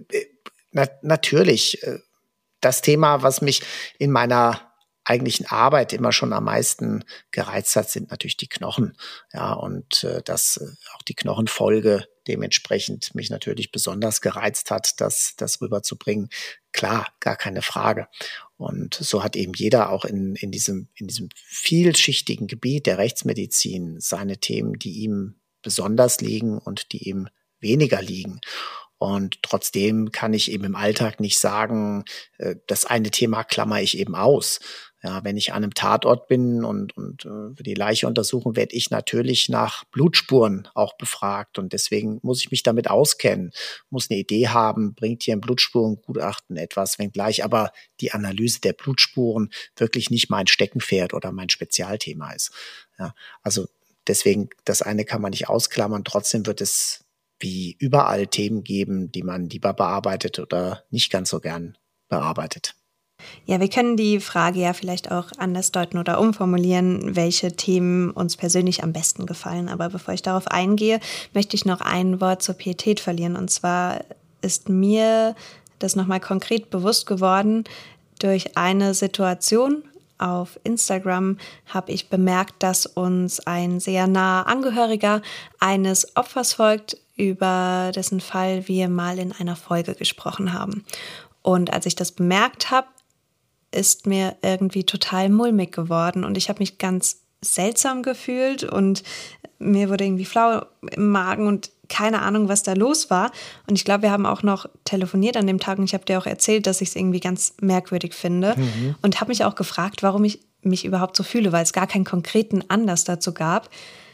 natürlich, das Thema, was mich in meiner eigentlichen Arbeit immer schon am meisten gereizt hat, sind natürlich die Knochen. Ja, und auch die Knochenfolge dementsprechend mich natürlich besonders gereizt hat, das rüberzubringen. Klar, gar keine Frage. Und so hat eben jeder auch in diesem vielschichtigen Gebiet der Rechtsmedizin seine Themen, die ihm besonders liegen und die ihm weniger liegen. Und trotzdem kann ich eben im Alltag nicht sagen, das eine Thema klammer ich eben aus. Ja, wenn ich an einem Tatort bin und die Leiche untersuchen, werde ich natürlich nach Blutspuren auch befragt. Und deswegen muss ich mich damit auskennen, muss eine Idee haben, bringt hier ein Blutspurengutachten etwas, wenngleich aber die Analyse der Blutspuren wirklich nicht mein Steckenpferd oder mein Spezialthema ist. Ja, also deswegen, das eine kann man nicht ausklammern. Trotzdem wird es wie überall Themen geben, die man lieber bearbeitet oder nicht ganz so gern bearbeitet. Ja, wir können die Frage ja vielleicht auch anders deuten oder umformulieren, welche Themen uns persönlich am besten gefallen. Aber bevor ich darauf eingehe, möchte ich noch ein Wort zur Pietät verlieren. Und zwar ist mir das nochmal konkret bewusst geworden durch eine Situation. Auf Instagram habe ich bemerkt, dass uns ein sehr naher Angehöriger eines Opfers folgt, über dessen Fall wir mal in einer Folge gesprochen haben. Und als ich das bemerkt habe, ist mir irgendwie total mulmig geworden und ich habe mich ganz seltsam gefühlt und mir wurde irgendwie flau im Magen und keine Ahnung, was da los war. Und ich glaube, wir haben auch noch telefoniert an dem Tag und ich habe dir auch erzählt, dass ich es irgendwie ganz merkwürdig finde und habe mich auch gefragt, warum ich mich überhaupt so fühle, weil es gar keinen konkreten Anlass dazu gab.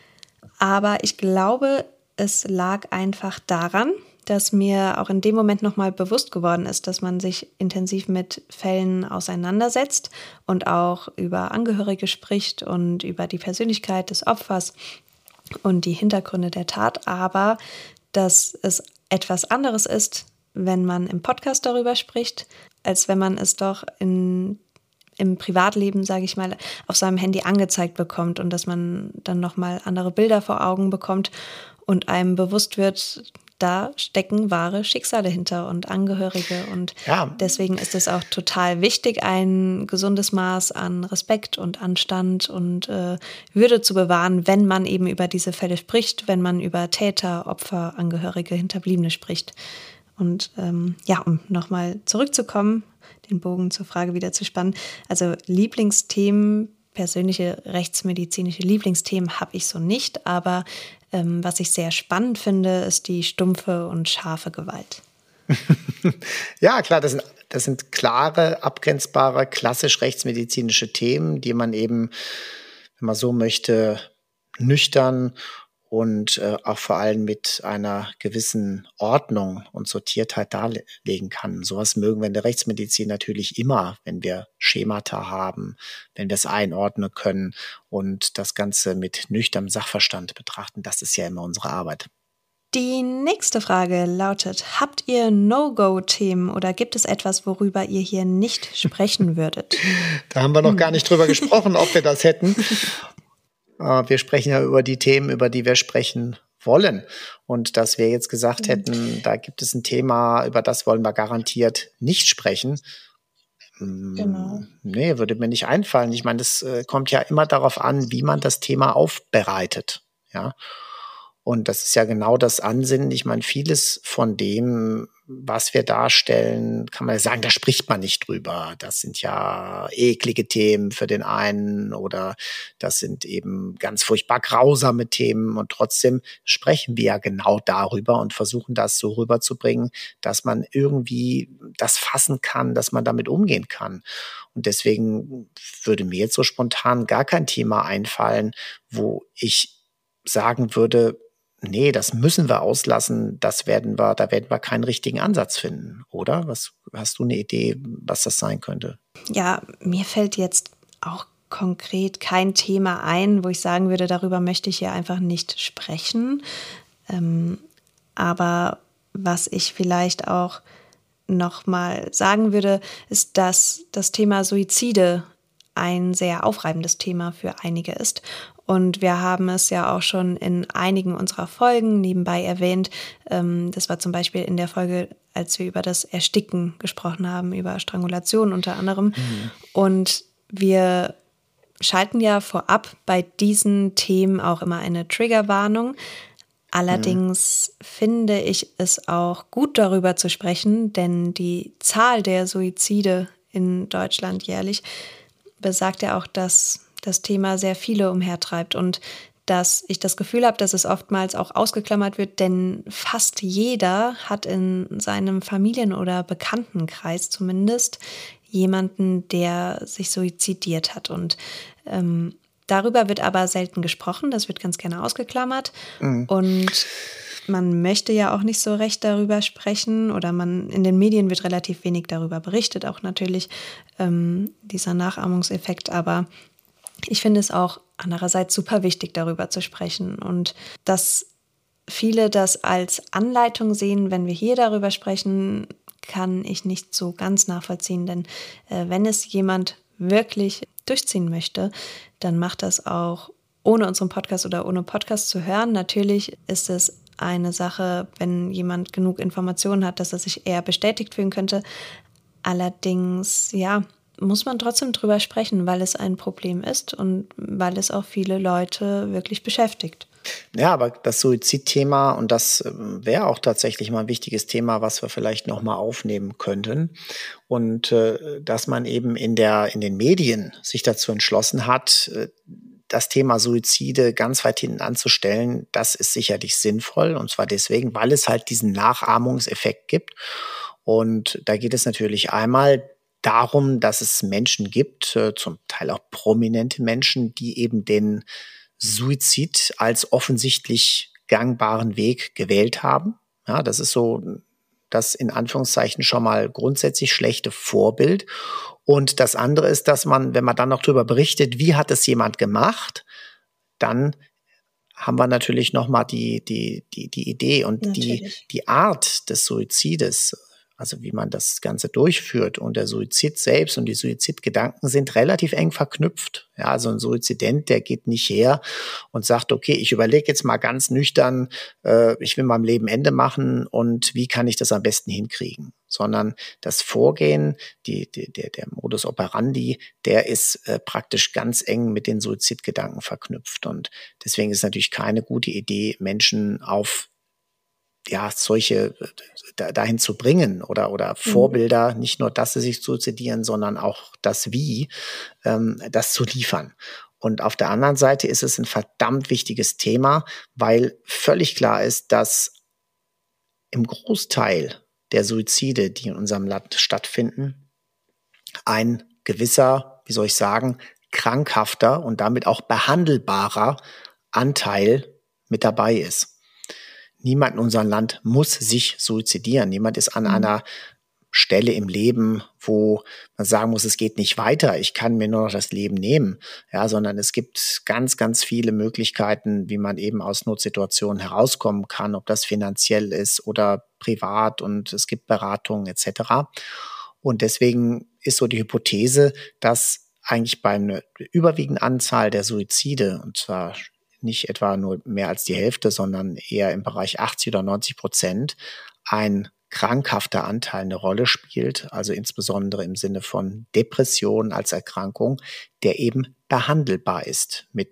Aber ich glaube, es lag einfach daran, dass mir auch in dem Moment nochmal bewusst geworden ist, dass man sich intensiv mit Fällen auseinandersetzt und auch über Angehörige spricht und über die Persönlichkeit des Opfers und die Hintergründe der Tat, aber dass es etwas anderes ist, wenn man im Podcast darüber spricht, als wenn man es doch im Privatleben, sage ich mal, auf seinem Handy angezeigt bekommt und dass man dann nochmal andere Bilder vor Augen bekommt und einem bewusst wird, da stecken wahre Schicksale hinter und Angehörige. Und deswegen ist es auch total wichtig, ein gesundes Maß an Respekt und Anstand und Würde zu bewahren, wenn man eben über diese Fälle spricht, wenn man über Täter, Opfer, Angehörige, Hinterbliebene spricht. Und um nochmal zurückzukommen, den Bogen zur Frage wieder zu spannen. Also Lieblingsthemen, persönliche rechtsmedizinische Lieblingsthemen habe ich so nicht, aber was ich sehr spannend finde, ist die stumpfe und scharfe Gewalt. Ja, klar, das sind klare, abgrenzbare, klassisch rechtsmedizinische Themen, die man eben, wenn man so möchte, nüchtern und auch vor allem mit einer gewissen Ordnung und Sortiertheit darlegen kann. Sowas mögen wir in der Rechtsmedizin natürlich immer, wenn wir Schemata haben, wenn wir es einordnen können und das Ganze mit nüchternem Sachverstand betrachten. Das ist ja immer unsere Arbeit. Die nächste Frage lautet: Habt ihr No-Go-Themen oder gibt es etwas, worüber ihr hier nicht sprechen würdet? Da haben wir noch gar nicht drüber gesprochen, ob wir das hätten. Wir sprechen ja über die Themen, über die wir sprechen wollen. Und dass wir jetzt gesagt hätten, da gibt es ein Thema, über das wollen wir garantiert nicht sprechen. Genau. Nee, würde mir nicht einfallen. Ich meine, das kommt ja immer darauf an, wie man das Thema aufbereitet. Ja. Und das ist ja genau das Ansinnen. Ich meine, vieles von dem, was wir darstellen, kann man ja sagen, da spricht man nicht drüber. Das sind ja eklige Themen für den einen oder das sind eben ganz furchtbar grausame Themen. Und trotzdem sprechen wir ja genau darüber und versuchen das so rüberzubringen, dass man irgendwie das fassen kann, dass man damit umgehen kann. Und deswegen würde mir jetzt so spontan gar kein Thema einfallen, wo ich sagen würde, nee, das müssen wir auslassen, da werden wir keinen richtigen Ansatz finden, oder? Hast du eine Idee, was das sein könnte? Ja, mir fällt jetzt auch konkret kein Thema ein, wo ich sagen würde, darüber möchte ich hier einfach nicht sprechen. Aber was ich vielleicht auch noch mal sagen würde, ist, dass das Thema Suizide ein sehr aufreibendes Thema für einige ist. Und wir haben es ja auch schon in einigen unserer Folgen nebenbei erwähnt. Das war zum Beispiel in der Folge, als wir über das Ersticken gesprochen haben, über Strangulation unter anderem. Und wir schalten ja vorab bei diesen Themen auch immer eine Triggerwarnung. Allerdings finde ich es auch gut, darüber zu sprechen, denn die Zahl der Suizide in Deutschland jährlich besagt ja auch, dass das Thema sehr viele umhertreibt und dass ich das Gefühl habe, dass es oftmals auch ausgeklammert wird, denn fast jeder hat in seinem Familien- oder Bekanntenkreis zumindest jemanden, der sich suizidiert hat. Und darüber wird aber selten gesprochen, das wird ganz gerne ausgeklammert. Und man möchte ja auch nicht so recht darüber sprechen oder in den Medien wird relativ wenig darüber berichtet, auch natürlich dieser Nachahmungseffekt. Aber ich finde es auch andererseits super wichtig, darüber zu sprechen. Und dass viele das als Anleitung sehen, wenn wir hier darüber sprechen, kann ich nicht so ganz nachvollziehen. Denn wenn es jemand wirklich durchziehen möchte, dann macht das auch ohne unseren Podcast oder ohne Podcast zu hören. Natürlich ist es eine Sache, wenn jemand genug Informationen hat, dass er sich eher bestätigt fühlen könnte. Allerdings, ja, muss man trotzdem drüber sprechen, weil es ein Problem ist und weil es auch viele Leute wirklich beschäftigt. Ja, aber das Suizidthema, und das wäre auch tatsächlich mal ein wichtiges Thema, was wir vielleicht noch mal aufnehmen könnten. Und dass man eben in den Medien sich dazu entschlossen hat, das Thema Suizide ganz weit hinten anzustellen, das ist sicherlich sinnvoll. Und zwar deswegen, weil es halt diesen Nachahmungseffekt gibt. Und da geht es natürlich einmal darum, dass es Menschen gibt, zum Teil auch prominente Menschen, die eben den Suizid als offensichtlich gangbaren Weg gewählt haben. Ja, das ist so das in Anführungszeichen schon mal grundsätzlich schlechte Vorbild. Und das andere ist, dass man, wenn man dann noch darüber berichtet, wie hat es jemand gemacht, dann haben wir natürlich noch mal die Idee und die Art des Suizides, also wie man das Ganze durchführt. Und der Suizid selbst und die Suizidgedanken sind relativ eng verknüpft. Ja, also ein Suizident, der geht nicht her und sagt, okay, ich überlege jetzt mal ganz nüchtern, ich will meinem Leben Ende machen und wie kann ich das am besten hinkriegen? Sondern das Vorgehen, der Modus operandi, der ist praktisch ganz eng mit den Suizidgedanken verknüpft. Und deswegen ist es natürlich keine gute Idee, Menschen auf solche dahin zu bringen oder Vorbilder, nicht nur, dass sie sich suizidieren, sondern auch das Wie, das zu liefern. Und auf der anderen Seite ist es ein verdammt wichtiges Thema, weil völlig klar ist, dass im Großteil der Suizide, die in unserem Land stattfinden, ein gewisser, wie soll ich sagen, krankhafter und damit auch behandelbarer Anteil mit dabei ist. Niemand in unserem Land muss sich suizidieren. Niemand ist an einer Stelle im Leben, wo man sagen muss, es geht nicht weiter, ich kann mir nur noch das Leben nehmen. Ja, sondern es gibt ganz, ganz viele Möglichkeiten, wie man eben aus Notsituationen herauskommen kann, ob das finanziell ist oder privat, und es gibt Beratungen etc. Und deswegen ist so die Hypothese, dass eigentlich bei einer überwiegenden Anzahl der Suizide, und zwar nicht etwa nur mehr als die Hälfte, sondern eher im Bereich 80 oder 90%, ein krankhafter Anteil eine Rolle spielt, also insbesondere im Sinne von Depression als Erkrankung, der eben behandelbar ist mit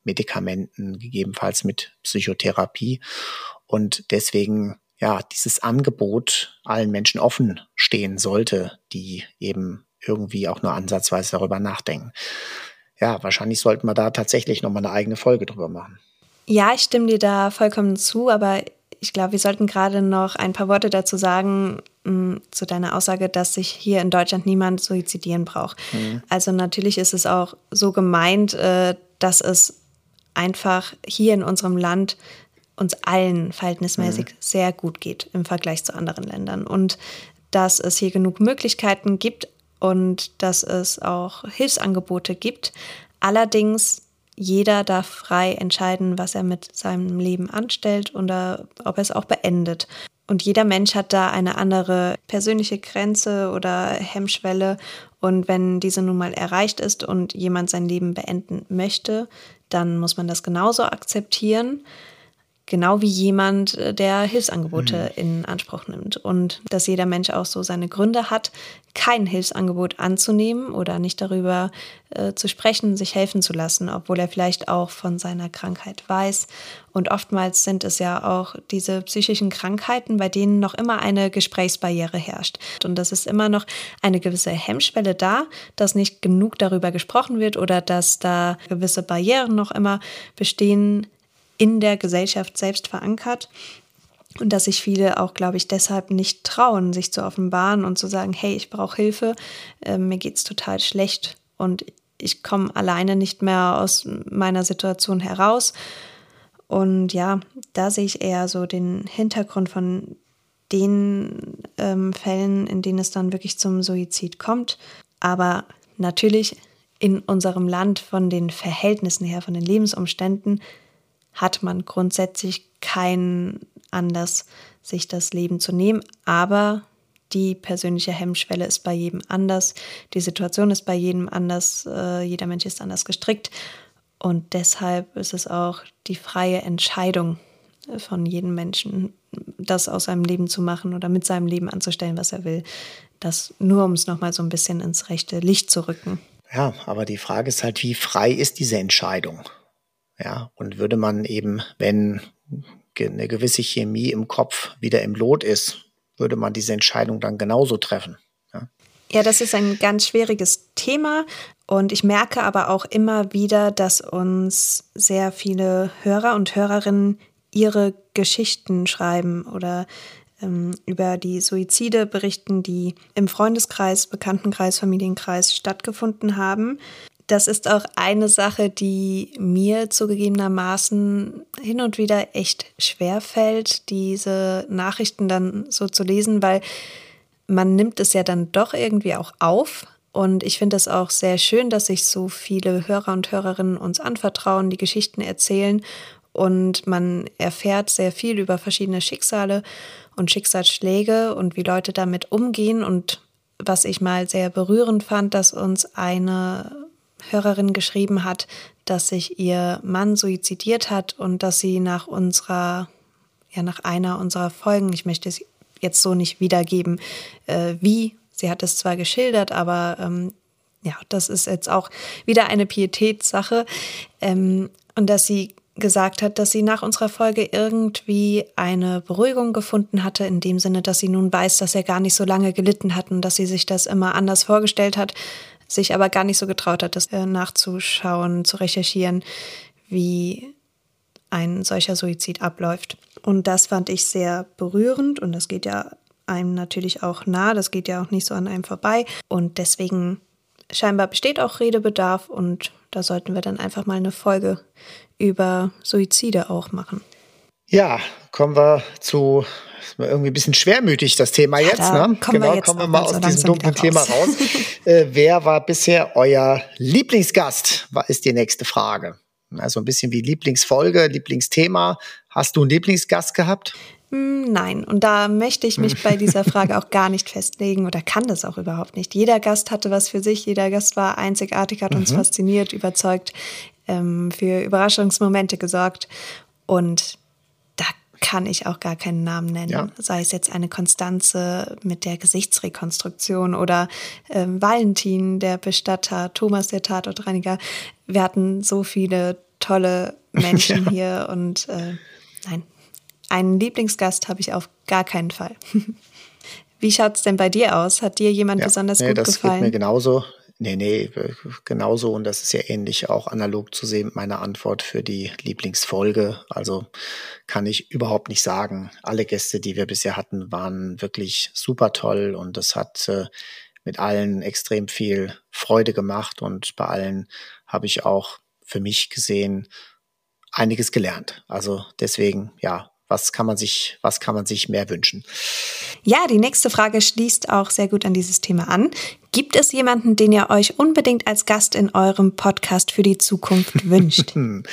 Medikamenten, gegebenenfalls mit Psychotherapie. Und deswegen dieses Angebot allen Menschen offen stehen sollte, die eben irgendwie auch nur ansatzweise darüber nachdenken. Ja, wahrscheinlich sollten wir da tatsächlich nochmal eine eigene Folge drüber machen. Ja, ich stimme dir da vollkommen zu, aber ich glaube, wir sollten gerade noch ein paar Worte dazu sagen, zu deiner Aussage, dass sich hier in Deutschland niemand suizidieren braucht. Also natürlich ist es auch so gemeint, dass es einfach hier in unserem Land uns allen verhältnismäßig sehr gut geht im Vergleich zu anderen Ländern und dass es hier genug Möglichkeiten gibt und dass es auch Hilfsangebote gibt. Allerdings jeder darf frei entscheiden, was er mit seinem Leben anstellt oder ob er es auch beendet. Und jeder Mensch hat da eine andere persönliche Grenze oder Hemmschwelle. Und wenn diese nun mal erreicht ist und jemand sein Leben beenden möchte, dann muss man das genauso akzeptieren. Genau wie jemand, der Hilfsangebote in Anspruch nimmt. Und dass jeder Mensch auch so seine Gründe hat, kein Hilfsangebot anzunehmen oder nicht darüber zu sprechen, sich helfen zu lassen, obwohl er vielleicht auch von seiner Krankheit weiß. Und oftmals sind es ja auch diese psychischen Krankheiten, bei denen noch immer eine Gesprächsbarriere herrscht. Und das ist immer noch eine gewisse Hemmschwelle da, dass nicht genug darüber gesprochen wird oder dass da gewisse Barrieren noch immer bestehen, in der Gesellschaft selbst verankert und dass sich viele auch, glaube ich, deshalb nicht trauen, sich zu offenbaren und zu sagen, hey, ich brauche Hilfe, mir geht's total schlecht und ich komme alleine nicht mehr aus meiner Situation heraus. Und ja, da sehe ich eher so den Hintergrund von den Fällen, in denen es dann wirklich zum Suizid kommt. Aber natürlich in unserem Land von den Verhältnissen her, von den Lebensumständen, hat man grundsätzlich keinen Anlass, sich das Leben zu nehmen. Aber die persönliche Hemmschwelle ist bei jedem anders. Die Situation ist bei jedem anders. Jeder Mensch ist anders gestrickt. Und deshalb ist es auch die freie Entscheidung von jedem Menschen, das aus seinem Leben zu machen oder mit seinem Leben anzustellen, was er will. Das nur, um es nochmal so ein bisschen ins rechte Licht zu rücken. Ja, aber die Frage ist halt, wie frei ist diese Entscheidung? Ja, und würde man eben, wenn eine gewisse Chemie im Kopf wieder im Lot ist, würde man diese Entscheidung dann genauso treffen? Ja, das ist ein ganz schwieriges Thema und ich merke aber auch immer wieder, dass uns sehr viele Hörer und Hörerinnen ihre Geschichten schreiben oder über die Suizide berichten, die im Freundeskreis, Bekanntenkreis, Familienkreis stattgefunden haben. Das ist auch eine Sache, die mir zugegebenermaßen hin und wieder echt schwer fällt, diese Nachrichten dann so zu lesen, weil man nimmt es ja dann doch irgendwie auch auf. Und ich finde es auch sehr schön, dass sich so viele Hörer und Hörerinnen uns anvertrauen, die Geschichten erzählen. Und man erfährt sehr viel über verschiedene Schicksale und Schicksalsschläge und wie Leute damit umgehen. Und was ich mal sehr berührend fand, dass uns eine Hörerin geschrieben hat, dass sich ihr Mann suizidiert hat und dass sie nach einer unserer Folgen, ich möchte es jetzt so nicht wiedergeben, wie, sie hat es zwar geschildert, aber das ist jetzt auch wieder eine Pietätssache, und dass sie gesagt hat, dass sie nach unserer Folge irgendwie eine Beruhigung gefunden hatte, in dem Sinne, dass sie nun weiß, dass er gar nicht so lange gelitten hat und dass sie sich das immer anders vorgestellt hat, sich aber gar nicht so getraut hat, das nachzuschauen, zu recherchieren, wie ein solcher Suizid abläuft. Und das fand ich sehr berührend und das geht ja einem natürlich auch nah, das geht ja auch nicht so an einem vorbei. Und deswegen scheinbar besteht auch Redebedarf und da sollten wir dann einfach mal eine Folge über Suizide auch machen. Ja, kommen wir zu, ist mir irgendwie ein bisschen schwermütig, das Thema jetzt. Ne? Kommen wir mal aus diesem dunklen Thema raus. Wer war bisher euer Lieblingsgast? Ist die nächste Frage. Also ein bisschen wie Lieblingsfolge, Lieblingsthema. Hast du einen Lieblingsgast gehabt? Nein, und da möchte ich mich bei dieser Frage auch gar nicht festlegen oder kann das auch überhaupt nicht. Jeder Gast hatte was für sich, jeder Gast war einzigartig, hat uns fasziniert, überzeugt, für Überraschungsmomente gesorgt und da kann ich auch gar keinen Namen nennen. Ja. Sei es jetzt eine Konstanze mit der Gesichtsrekonstruktion oder Valentin, der Bestatter, Thomas, der Tatortreiniger. Wir hatten so viele tolle Menschen hier und nein, einen Lieblingsgast habe ich auf gar keinen Fall. Wie schaut's denn bei dir aus? Hat dir jemand besonders gut das gefallen? Geht mir genauso. Nee, genauso. Und das ist ja ähnlich auch analog zu sehen mit meiner Antwort für die Lieblingsfolge. Also kann ich überhaupt nicht sagen. Alle Gäste, die wir bisher hatten, waren wirklich super toll und das hat mit allen extrem viel Freude gemacht und bei allen habe ich auch für mich gesehen einiges gelernt. Also deswegen, ja, was kann man sich mehr wünschen? Ja, die nächste Frage schließt auch sehr gut an dieses Thema an. Gibt es jemanden, den ihr euch unbedingt als Gast in eurem Podcast für die Zukunft wünscht?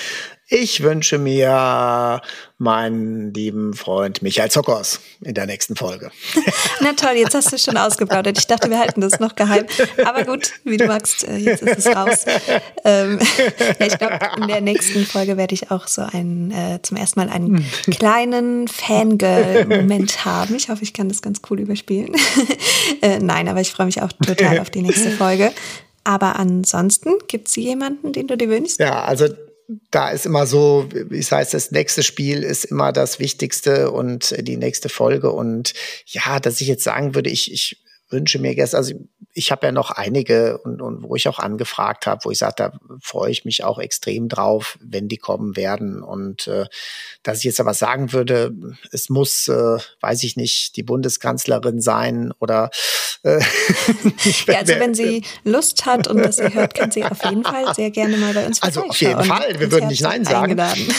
Ich wünsche mir meinen lieben Freund Michael Zockers in der nächsten Folge. Na toll, jetzt hast du schon ausgeplaudert. Ich dachte, wir halten das noch geheim. Aber gut, wie du magst, jetzt ist es raus. Ja, ich glaube, in der nächsten Folge werde ich auch so zum ersten Mal einen kleinen Fangirl-Moment haben. Ich hoffe, ich kann das ganz cool überspielen. Nein, aber ich freue mich auch total auf die nächste Folge. Aber ansonsten, gibt es jemanden, den du dir wünschst? Ja, also da ist immer so, wie heißt, das nächste Spiel ist immer das Wichtigste und die nächste Folge. Und ja, dass ich jetzt sagen würde, ich wünsche mir gestern, also ich habe ja noch einige und wo ich auch angefragt habe, wo ich sage, da freue ich mich auch extrem drauf, wenn die kommen werden. Und dass ich jetzt aber sagen würde, es muss, weiß ich nicht, die Bundeskanzlerin sein oder ja, also wenn sie Lust hat und das sie hört, kann sie auf jeden Fall sehr gerne mal bei uns vorbeischauen. Also auf jeden Fall, wir würden nicht Nein sagen.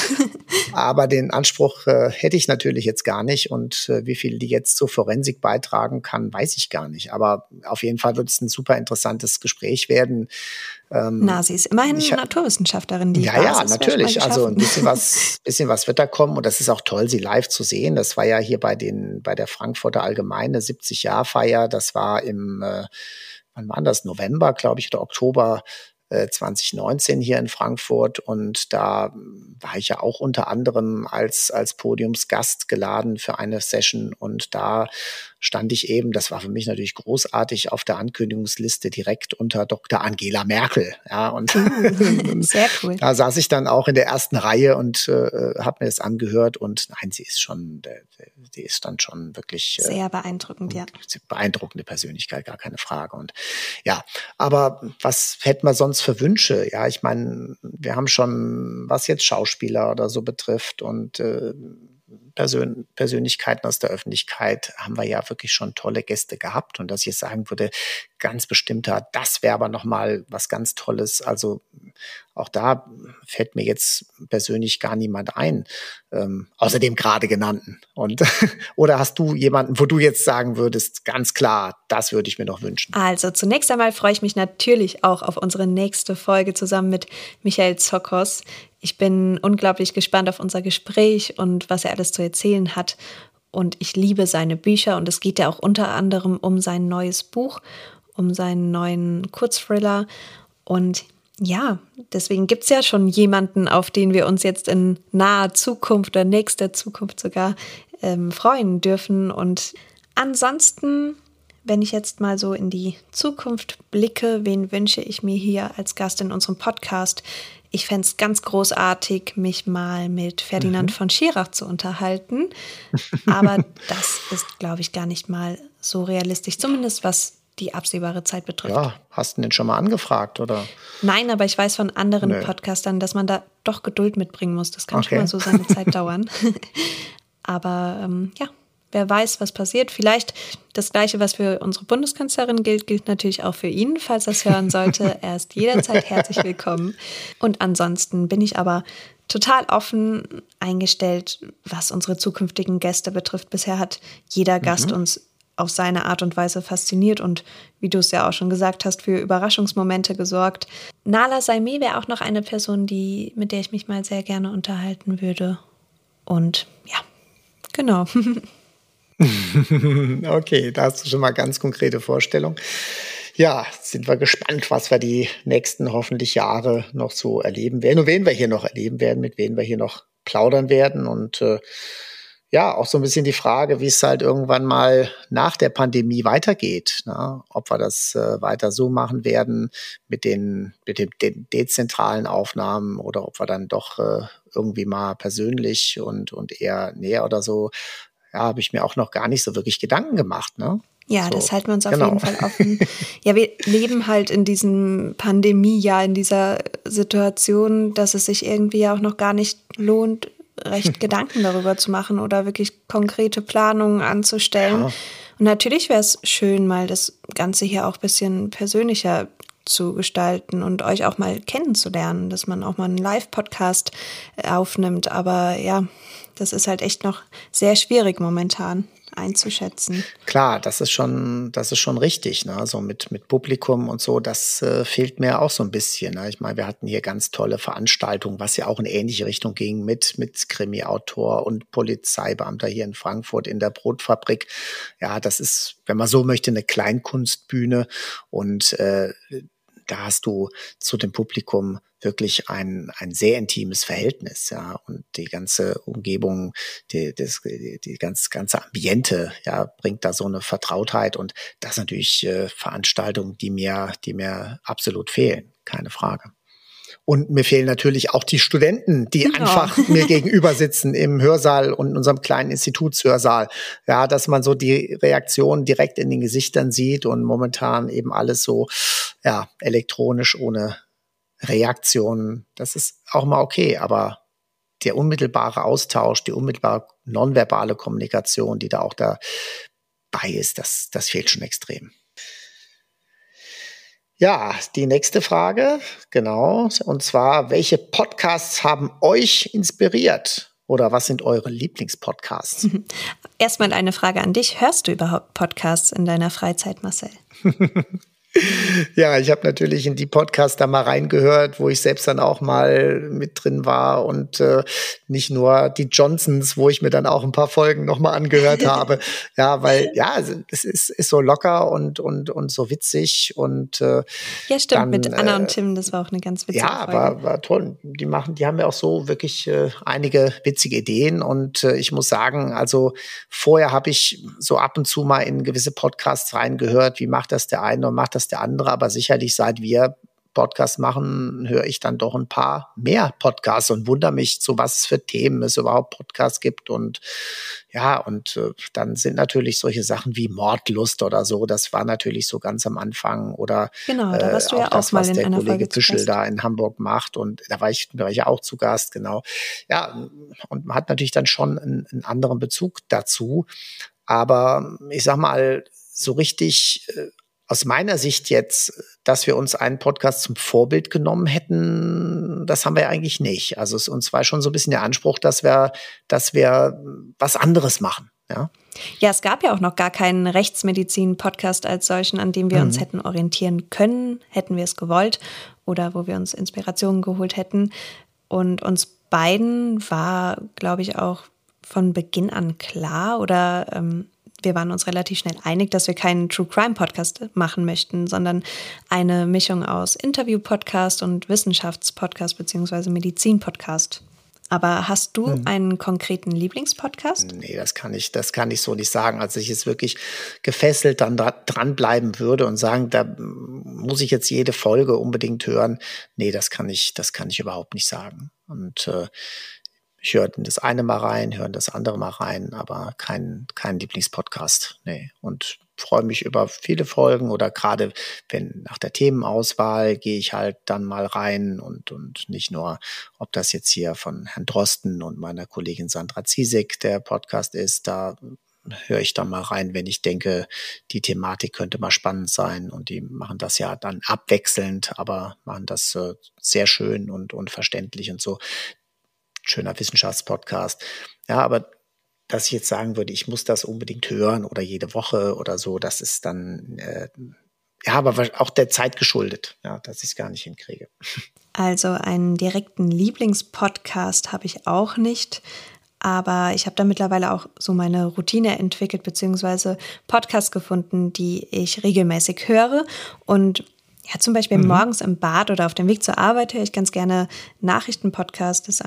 Aber den Anspruch hätte ich natürlich jetzt gar nicht. Und wie viel die jetzt zur Forensik beitragen kann, weiß ich gar nicht. Aber auf jeden Fall wird es ein super interessantes Gespräch werden. Na, sie ist immerhin Naturwissenschaftlerin, die Ja, natürlich. Also ein bisschen was wird da kommen. Und das ist auch toll, sie live zu sehen. Das war ja hier bei der Frankfurter Allgemeine 70-Jahr-Feier. Das war wann war das? November, glaube ich, oder Oktober 2019 hier in Frankfurt und da war ich ja auch unter anderem als Podiumsgast geladen für eine Session und da stand ich eben, das war für mich natürlich großartig, auf der Ankündigungsliste direkt unter Dr. Angela Merkel. Ja, und sehr cool. Da saß ich dann auch in der ersten Reihe und habe mir das angehört und nein, sie ist dann schon wirklich sehr beeindruckend, ja. Beeindruckende Persönlichkeit, gar keine Frage. Und ja, aber was hätten wir sonst für Wünsche? Ja, ich meine, wir haben schon, was jetzt Schauspieler oder so betrifft und Persönlichkeiten aus der Öffentlichkeit haben wir ja wirklich schon tolle Gäste gehabt und dass ich jetzt sagen würde, ganz bestimmter, das wäre aber nochmal was ganz Tolles. Also auch da fällt mir jetzt persönlich gar niemand ein, außer dem gerade genannten. Und oder hast du jemanden, wo du jetzt sagen würdest, ganz klar, das würde ich mir noch wünschen? Also zunächst einmal freue ich mich natürlich auch auf unsere nächste Folge zusammen mit Michael Zockers. Ich bin unglaublich gespannt auf unser Gespräch und was er alles zu erzählen hat. Und ich liebe seine Bücher und es geht ja auch unter anderem um sein neues Buch, um seinen neuen Kurzthriller. Und ja, deswegen gibt es ja schon jemanden, auf den wir uns jetzt in naher Zukunft oder nächster Zukunft sogar freuen dürfen. Und ansonsten, wenn ich jetzt mal so in die Zukunft blicke, wen wünsche ich mir hier als Gast in unserem Podcast? Ich fände es ganz großartig, mich mal mit Ferdinand von Schirach zu unterhalten. Aber das ist, glaube ich, gar nicht mal so realistisch, zumindest was die absehbare Zeit betrifft. Ja, hast du den schon mal angefragt, oder? Nein, aber ich weiß von anderen Podcastern, dass man da doch Geduld mitbringen muss. Das kann schon mal so seine Zeit dauern. Aber ja, wer weiß, was passiert. Vielleicht das Gleiche, was für unsere Bundeskanzlerin gilt natürlich auch für ihn, falls er es hören sollte. Er ist jederzeit herzlich willkommen. Und ansonsten bin ich aber total offen eingestellt, was unsere zukünftigen Gäste betrifft. Bisher hat jeder Gast uns auf seine Art und Weise fasziniert und, wie du es ja auch schon gesagt hast, für Überraschungsmomente gesorgt. Nala Saimeh wäre auch noch eine Person, mit der ich mich mal sehr gerne unterhalten würde. Und ja, genau. Okay, da hast du schon mal ganz konkrete Vorstellungen. Ja, sind wir gespannt, was wir die nächsten hoffentlich Jahre noch so erleben werden und wen wir hier noch erleben werden, mit wem wir hier noch plaudern werden. Und ja, auch so ein bisschen die Frage, wie es halt irgendwann mal nach der Pandemie weitergeht. Ne? Ob wir das weiter so machen werden den dezentralen Aufnahmen oder ob wir dann doch irgendwie mal persönlich und eher näher oder so. Ja, habe ich mir auch noch gar nicht so wirklich Gedanken gemacht. Ne? Ja, So, das halten wir uns auf genau. jeden Fall offen. Ja, wir leben halt in diesem Pandemiejahr, in dieser Situation, dass es sich irgendwie auch noch gar nicht lohnt, recht Gedanken darüber zu machen oder wirklich konkrete Planungen anzustellen. Ja. Und natürlich wäre es schön, mal das Ganze hier auch ein bisschen persönlicher zu gestalten und euch auch mal kennenzulernen, dass man auch mal einen Live-Podcast aufnimmt. Aber ja, das ist halt echt noch sehr schwierig momentan einzuschätzen. Klar, das ist schon richtig, ne? So mit Publikum und so, das fehlt mir auch so ein bisschen. Ne? Ich meine, wir hatten hier ganz tolle Veranstaltungen, was ja auch in ähnliche Richtung ging mit Krimi-Autor und Polizeibeamter hier in Frankfurt in der Brotfabrik. Ja, das ist, wenn man so möchte, eine Kleinkunstbühne und da hast du zu dem Publikum wirklich ein sehr intimes Verhältnis, ja, und die ganze Umgebung, die ganze Ambiente, ja, bringt da so eine Vertrautheit und das sind natürlich Veranstaltungen, die mir absolut fehlen, keine Frage. Und mir fehlen natürlich auch die Studenten, die einfach mir gegenüber sitzen im Hörsaal und in unserem kleinen Institutshörsaal. Ja, dass man so die Reaktion direkt in den Gesichtern sieht und momentan eben alles so, ja, elektronisch ohne Reaktionen. Das ist auch mal okay, aber der unmittelbare Austausch, die unmittelbare nonverbale Kommunikation, die da auch dabei ist, das fehlt schon extrem. Ja, die nächste Frage, genau, und zwar, welche Podcasts haben euch inspiriert? Oder was sind eure Lieblingspodcasts? Erstmal eine Frage an dich. Hörst du überhaupt Podcasts in deiner Freizeit, Marcel? Ja, ich habe natürlich in die Podcasts da mal reingehört, wo ich selbst dann auch mal mit drin war und nicht nur die Johnsons, wo ich mir dann auch ein paar Folgen nochmal angehört habe. Ja, weil ja, es ist so locker und so witzig und ja, stimmt, dann, mit Anna und Tim, das war auch eine ganz witzige Folge. Ja, war toll. Die haben ja auch so wirklich einige witzige Ideen und ich muss sagen, also vorher habe ich so ab und zu mal in gewisse Podcasts reingehört, wie macht das der eine und macht das der andere, aber sicherlich seit wir Podcasts machen, höre ich dann doch ein paar mehr Podcasts und wundere mich, zu was für Themen es überhaupt Podcasts gibt und ja, und dann sind natürlich solche Sachen wie Mordlust oder so, das war natürlich so ganz am Anfang oder genau, da warst du ja das, auch mal was in der einer Kollege Folge Pischel da in Hamburg macht und da war ich ja auch zu Gast, genau. Ja, und man hat natürlich dann schon einen anderen Bezug dazu, aber ich sag mal, so richtig aus meiner Sicht jetzt, dass wir uns einen Podcast zum Vorbild genommen hätten, das haben wir eigentlich nicht. Also uns war schon so ein bisschen der Anspruch, dass wir was anderes machen. Ja, ja, es gab ja auch noch gar keinen Rechtsmedizin-Podcast als solchen, an dem wir uns hätten orientieren können, hätten wir es gewollt oder wo wir uns Inspirationen geholt hätten. Und uns beiden war, glaube ich, auch von Beginn an klar oder wir waren uns relativ schnell einig, dass wir keinen True-Crime-Podcast machen möchten, sondern eine Mischung aus Interview-Podcast und Wissenschaftspodcast bzw. Medizin-Podcast. Aber hast du einen konkreten Lieblingspodcast? Nee, das kann ich so nicht sagen. Also ich jetzt wirklich gefesselt dann dranbleiben würde und sagen, da muss ich jetzt jede Folge unbedingt hören. Nee, das kann ich überhaupt nicht sagen. Und ich höre das eine mal rein, höre das andere mal rein, aber kein Lieblingspodcast. Nee. Und freue mich über viele Folgen oder gerade wenn nach der Themenauswahl gehe ich halt dann mal rein und nicht nur, ob das jetzt hier von Herrn Drosten und meiner Kollegin Sandra Ziesek der Podcast ist, da höre ich dann mal rein, wenn ich denke, die Thematik könnte mal spannend sein und die machen das ja dann abwechselnd, aber machen das sehr schön und verständlich und so. Schöner Wissenschaftspodcast. Ja, aber dass ich jetzt sagen würde, ich muss das unbedingt hören oder jede Woche oder so, das ist dann, ja, aber auch der Zeit geschuldet, ja, dass ich es gar nicht hinkriege. Also einen direkten Lieblingspodcast habe ich auch nicht, aber ich habe da mittlerweile auch so meine Routine entwickelt, beziehungsweise Podcasts gefunden, die ich regelmäßig höre und ja, zum Beispiel morgens im Bad oder auf dem Weg zur Arbeit höre ich ganz gerne Nachrichtenpodcast. Das ist einmal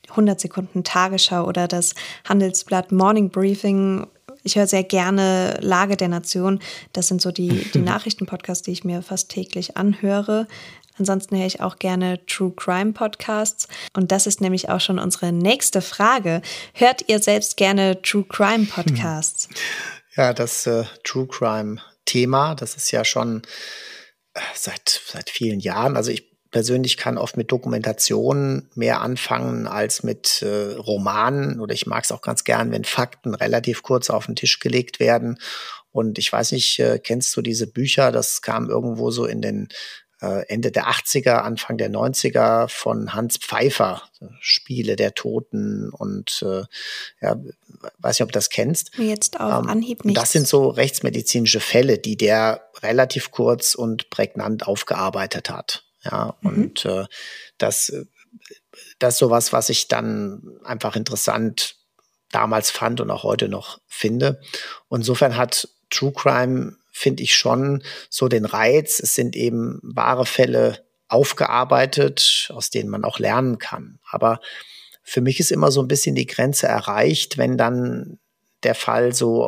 100 Sekunden Tagesschau oder das Handelsblatt Morning Briefing. Ich höre sehr gerne Lage der Nation. Das sind so die Nachrichtenpodcasts, die ich mir fast täglich anhöre. Ansonsten höre ich auch gerne True Crime Podcasts. Und das ist nämlich auch schon unsere nächste Frage. Hört ihr selbst gerne True Crime Podcasts? Ja, das True Crime Thema, das ist ja schon seit vielen Jahren. Also ich persönlich kann oft mit Dokumentationen mehr anfangen als mit Romanen. Oder ich mag es auch ganz gern, wenn Fakten relativ kurz auf den Tisch gelegt werden. Und ich weiß nicht, kennst du diese Bücher? Das kam irgendwo so in den Ende der 80er, Anfang der 90er von Hans Pfeiffer, Spiele der Toten und ja, weiß nicht, ob du das kennst. Jetzt auf Anhieb nicht. Das sind so rechtsmedizinische Fälle, die der relativ kurz und prägnant aufgearbeitet hat. Ja, und das ist sowas, was ich dann einfach interessant damals fand und auch heute noch finde. Und insofern hat True Crime, finde ich, schon so den Reiz. Es sind eben wahre Fälle aufgearbeitet, aus denen man auch lernen kann. Aber für mich ist immer so ein bisschen die Grenze erreicht, wenn dann der Fall so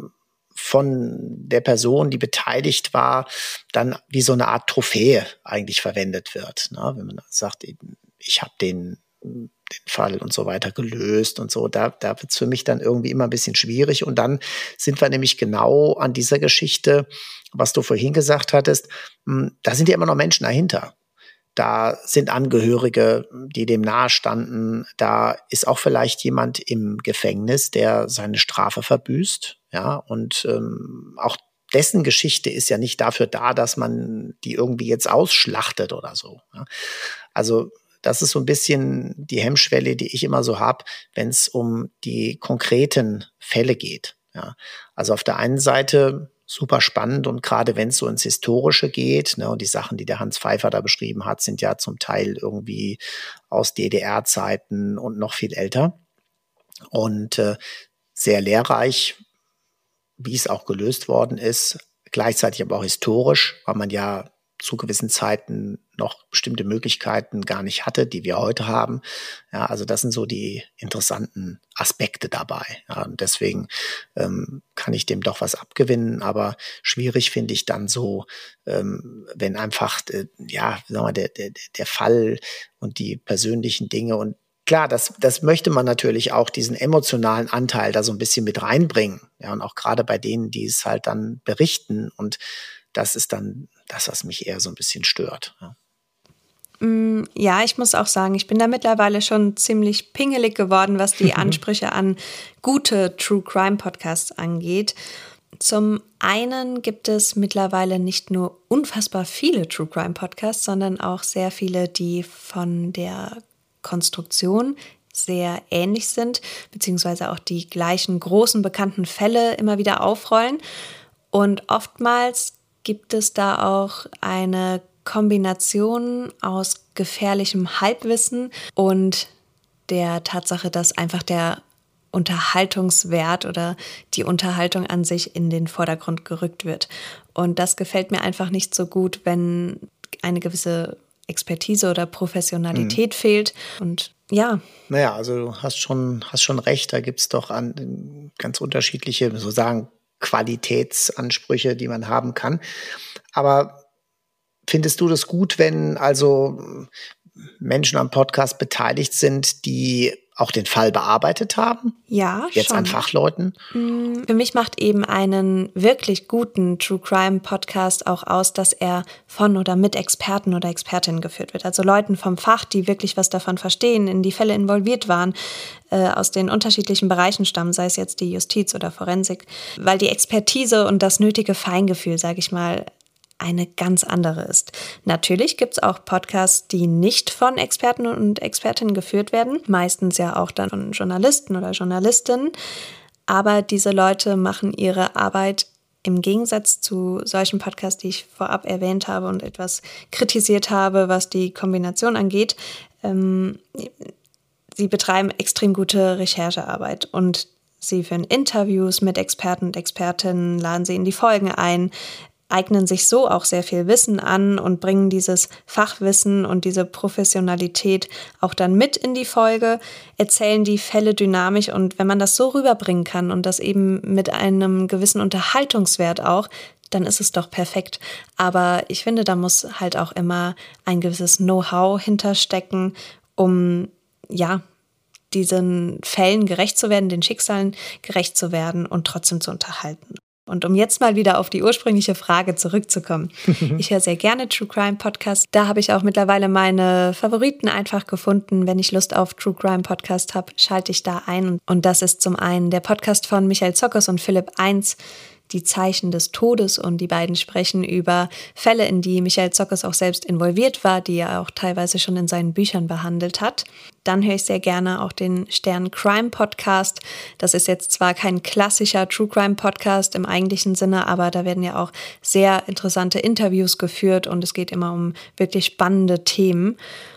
von der Person, die beteiligt war, dann wie so eine Art Trophäe eigentlich verwendet wird. Ne? Wenn man sagt, eben, ich habe den Fall und so weiter gelöst und so, da wird es für mich dann irgendwie immer ein bisschen schwierig. Und dann sind wir nämlich genau an dieser Geschichte, was du vorhin gesagt hattest, da sind ja immer noch Menschen dahinter. Da sind Angehörige, die dem nahestanden. Da ist auch vielleicht jemand im Gefängnis, der seine Strafe verbüßt. Ja, und auch dessen Geschichte ist ja nicht dafür da, dass man die irgendwie jetzt ausschlachtet oder so. Ja. Also das ist so ein bisschen die Hemmschwelle, die ich immer so habe, wenn es um die konkreten Fälle geht. Ja. Also auf der einen Seite super spannend und gerade wenn es so ins Historische geht, ne, und die Sachen, die der Hans Pfeiffer da beschrieben hat, sind ja zum Teil irgendwie aus DDR-Zeiten und noch viel älter und sehr lehrreich, wie es auch gelöst worden ist, gleichzeitig aber auch historisch, weil man ja zu gewissen Zeiten noch bestimmte Möglichkeiten gar nicht hatte, die wir heute haben. Ja, also das sind so die interessanten Aspekte dabei. Ja, und deswegen kann ich dem doch was abgewinnen, aber schwierig finde ich dann so, wenn einfach ja, sagen wir, der Fall und die persönlichen Dinge und klar, das möchte man natürlich auch, diesen emotionalen Anteil da so ein bisschen mit reinbringen. Ja, und auch gerade bei denen, die es halt dann berichten. Und das ist dann das, was mich eher so ein bisschen stört. Ja. Ja, ich muss auch sagen, ich bin da mittlerweile schon ziemlich pingelig geworden, was die Ansprüche an gute True Crime Podcasts angeht. Zum einen gibt es mittlerweile nicht nur unfassbar viele True Crime Podcasts, sondern auch sehr viele, die von der Konstruktion sehr ähnlich sind, beziehungsweise auch die gleichen großen bekannten Fälle immer wieder aufrollen. Und oftmals gibt es da auch eine Kombination aus gefährlichem Halbwissen und der Tatsache, dass einfach der Unterhaltungswert oder die Unterhaltung an sich in den Vordergrund gerückt wird. Und das gefällt mir einfach nicht so gut, wenn eine gewisse Expertise oder Professionalität fehlt. Und ja. Naja, also du hast schon recht, da gibt es doch ganz unterschiedliche, sozusagen, Qualitätsansprüche, die man haben kann. Aber findest du das gut, wenn also Menschen am Podcast beteiligt sind, die auch den Fall bearbeitet haben? Ja, jetzt schon. An Fachleuten? Für mich macht eben einen wirklich guten True Crime Podcast auch aus, dass er von oder mit Experten oder Expertinnen geführt wird. Also Leuten vom Fach, die wirklich was davon verstehen, in die Fälle involviert waren, aus den unterschiedlichen Bereichen stammen, sei es jetzt die Justiz oder Forensik. Weil die Expertise und das nötige Feingefühl, sage ich mal, eine ganz andere ist. Natürlich gibt es auch Podcasts, die nicht von Experten und Expertinnen geführt werden, meistens ja auch dann von Journalisten oder Journalistinnen, aber diese Leute machen ihre Arbeit im Gegensatz zu solchen Podcasts, die ich vorab erwähnt habe und etwas kritisiert habe, was die Kombination angeht. Sie betreiben extrem gute Recherchearbeit und sie führen Interviews mit Experten und Expertinnen, laden sie in die Folgen ein. eignen sich so auch sehr viel Wissen an und bringen dieses Fachwissen und diese Professionalität auch dann mit in die Folge, erzählen die Fälle dynamisch und wenn man das so rüberbringen kann und das eben mit einem gewissen Unterhaltungswert auch, dann ist es doch perfekt. Aber ich finde, da muss halt auch immer ein gewisses Know-how hinterstecken, um diesen Fällen gerecht zu werden, den Schicksalen gerecht zu werden und trotzdem zu unterhalten. Und um jetzt mal wieder auf die ursprüngliche Frage zurückzukommen. Ich höre sehr gerne True Crime Podcasts. Da habe ich auch mittlerweile meine Favoriten einfach gefunden. Wenn ich Lust auf True Crime Podcast habe, schalte ich da ein. Und das ist zum einen der Podcast von Michael Zockers und Philipp 1, Die Zeichen des Todes. Und die beiden sprechen über Fälle, in die Michael Zockers auch selbst involviert war, die er auch teilweise schon in seinen Büchern behandelt hat. Dann höre ich sehr gerne auch den Stern Crime Podcast. Das ist jetzt zwar kein klassischer True Crime Podcast im eigentlichen Sinne, aber da werden ja auch sehr interessante Interviews geführt und es geht immer um wirklich spannende Themen.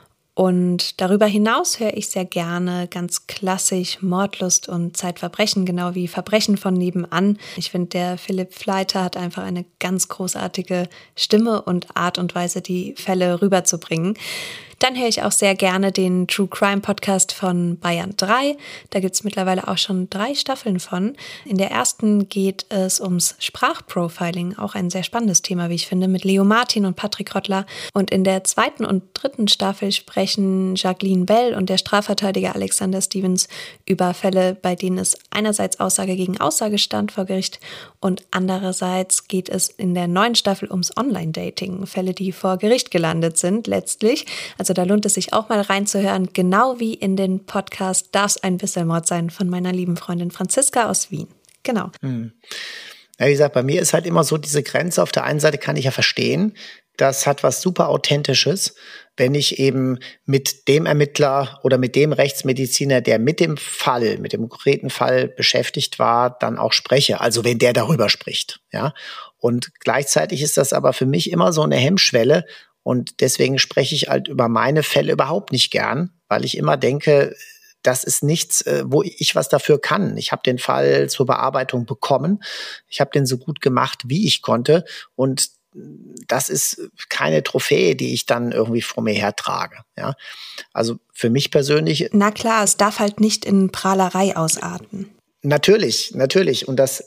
Und darüber hinaus höre ich sehr gerne ganz klassisch Mordlust und Zeitverbrechen, genau wie Verbrechen von nebenan. Ich finde, der Philipp Fleiter hat einfach eine ganz großartige Stimme und Art und Weise, die Fälle rüberzubringen. Dann höre ich auch sehr gerne den True Crime Podcast von Bayern 3. Da gibt es mittlerweile auch schon 3 Staffeln von. In der ersten geht es ums Sprachprofiling, auch ein sehr spannendes Thema, wie ich finde, mit Leo Martin und Patrick Rottler. Und in der 2. und 3. Staffel sprechen Jacqueline Bell und der Strafverteidiger Alexander Stevens über Fälle, bei denen es einerseits Aussage gegen Aussage stand vor Gericht und andererseits geht es in der 9. Staffel ums Online-Dating, Fälle, die vor Gericht gelandet sind letztlich. Also da lohnt es sich auch mal reinzuhören, genau wie in den Podcast Darf's ein bisschen Mord sein von meiner lieben Freundin Franziska aus Wien. Genau. Ja, wie gesagt, bei mir ist halt immer so diese Grenze. Auf der einen Seite kann ich ja verstehen, das hat was super Authentisches, wenn ich eben mit dem Ermittler oder mit dem Rechtsmediziner, der mit dem Fall, mit dem konkreten Fall beschäftigt war, dann auch spreche. Also wenn der darüber spricht, ja. Und gleichzeitig ist das aber für mich immer so eine Hemmschwelle. Und deswegen spreche ich halt über meine Fälle überhaupt nicht gern, weil ich immer denke, das ist nichts, wo ich was dafür kann. Ich habe den Fall zur Bearbeitung bekommen. Ich habe den so gut gemacht, wie ich konnte. Und das ist keine Trophäe, die ich dann irgendwie vor mir hertrage. Ja? Also für mich persönlich. Na klar, es darf halt nicht in Prahlerei ausarten. Natürlich. Und das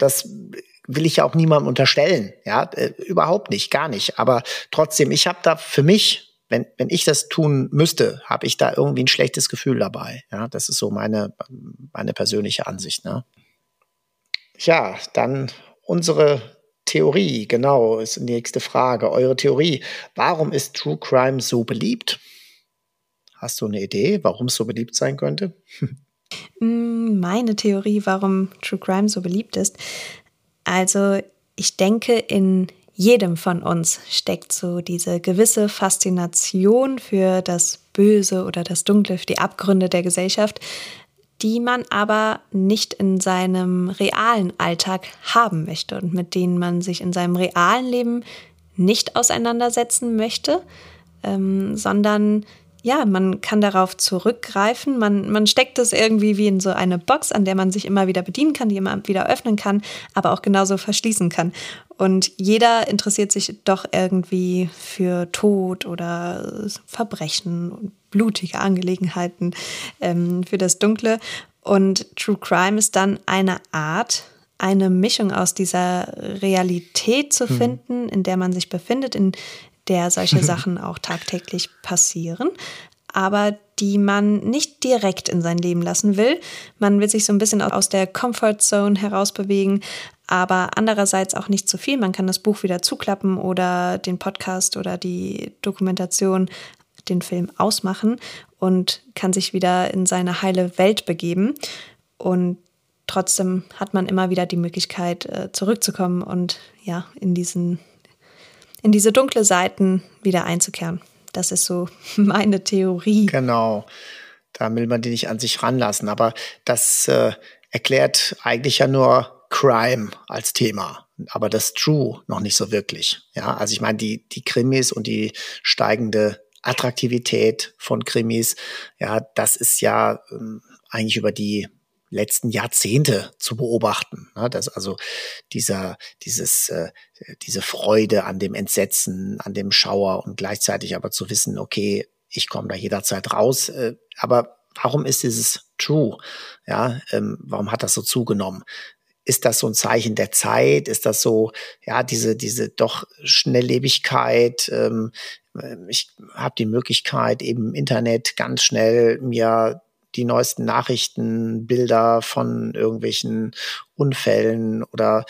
will ich ja auch niemandem unterstellen. Ja, überhaupt nicht, gar nicht. Aber trotzdem, ich habe da für mich, wenn ich das tun müsste, habe ich da irgendwie ein schlechtes Gefühl dabei. Ja, das ist so meine persönliche Ansicht. Ne? Ja, dann unsere Theorie, genau, ist die nächste Frage. Eure Theorie. Warum ist True Crime so beliebt? Hast du eine Idee, warum es so beliebt sein könnte? Meine Theorie, warum True Crime so beliebt ist. Also ich denke, in jedem von uns steckt so diese gewisse Faszination für das Böse oder das Dunkle, für die Abgründe der Gesellschaft, die man aber nicht in seinem realen Alltag haben möchte und mit denen man sich in seinem realen Leben nicht auseinandersetzen möchte, sondern ja, man kann darauf zurückgreifen. Man steckt es irgendwie wie in so eine Box, an der man sich immer wieder bedienen kann, die immer wieder öffnen kann, aber auch genauso verschließen kann. Und jeder interessiert sich doch irgendwie für Tod oder Verbrechen und blutige Angelegenheiten, für das Dunkle. Und True Crime ist dann eine Art, eine Mischung aus dieser Realität zu finden, in der man sich befindet, in der solche Sachen auch tagtäglich passieren, aber die man nicht direkt in sein Leben lassen will. Man will sich so ein bisschen aus der Comfortzone herausbewegen, aber andererseits auch nicht zu viel. Man kann das Buch wieder zuklappen oder den Podcast oder die Dokumentation, den Film ausmachen und kann sich wieder in seine heile Welt begeben. Und trotzdem hat man immer wieder die Möglichkeit, zurückzukommen und ja, in diese dunkle Seiten wieder einzukehren. Das ist so meine Theorie. Genau, da will man die nicht an sich ranlassen. Aber das erklärt eigentlich ja nur Crime als Thema, aber das True noch nicht so wirklich. Ja, also ich meine, die Krimis und die steigende Attraktivität von Krimis, ja, das ist ja eigentlich über die letzten Jahrzehnte zu beobachten. Ne? Dass also diese Freude an dem Entsetzen, an dem Schauer und gleichzeitig aber zu wissen, okay, ich komme da jederzeit raus. Aber warum ist dieses True? Ja, warum hat das so zugenommen? Ist das so ein Zeichen der Zeit? Ist das so, ja, diese doch Schnelllebigkeit? Ich habe die Möglichkeit, eben im Internet ganz schnell mir die neuesten Nachrichten, Bilder von irgendwelchen Unfällen oder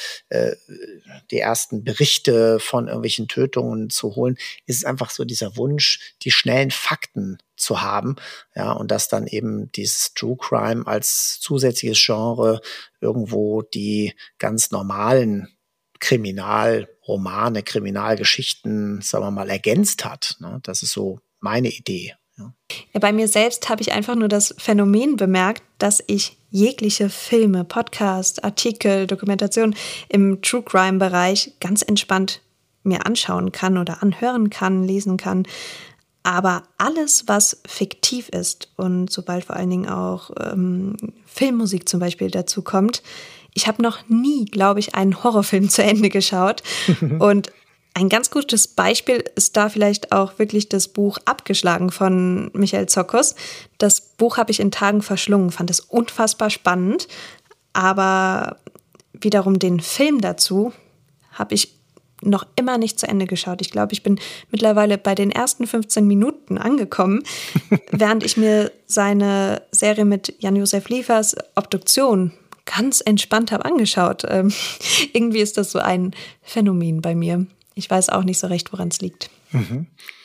die ersten Berichte von irgendwelchen Tötungen zu holen. Es ist einfach so dieser Wunsch, die schnellen Fakten zu haben, ja, und dass dann eben dieses True Crime als zusätzliches Genre irgendwo die ganz normalen Kriminalromane, Kriminalgeschichten, sagen wir mal, ergänzt hat. Ne? Das ist so meine Idee. Ja, bei mir selbst habe ich einfach nur das Phänomen bemerkt, dass ich jegliche Filme, Podcasts, Artikel, Dokumentation im True Crime-Bereich ganz entspannt mir anschauen kann oder anhören kann, lesen kann. Aber alles, was fiktiv ist und sobald vor allen Dingen auch Filmmusik zum Beispiel dazu kommt, ich habe noch nie, glaube ich, einen Horrorfilm zu Ende geschaut. Und ein ganz gutes Beispiel ist da vielleicht auch wirklich das Buch Abgeschlagen von Michael Zokos. Das Buch habe ich in Tagen verschlungen, fand es unfassbar spannend. Aber wiederum den Film dazu habe ich noch immer nicht zu Ende geschaut. Ich glaube, ich bin mittlerweile bei den ersten 15 Minuten angekommen, während ich mir seine Serie mit Jan-Josef Liefers Obduktion ganz entspannt habe angeschaut. Irgendwie ist das so ein Phänomen bei mir. Ich weiß auch nicht so recht, woran es liegt. Mhm.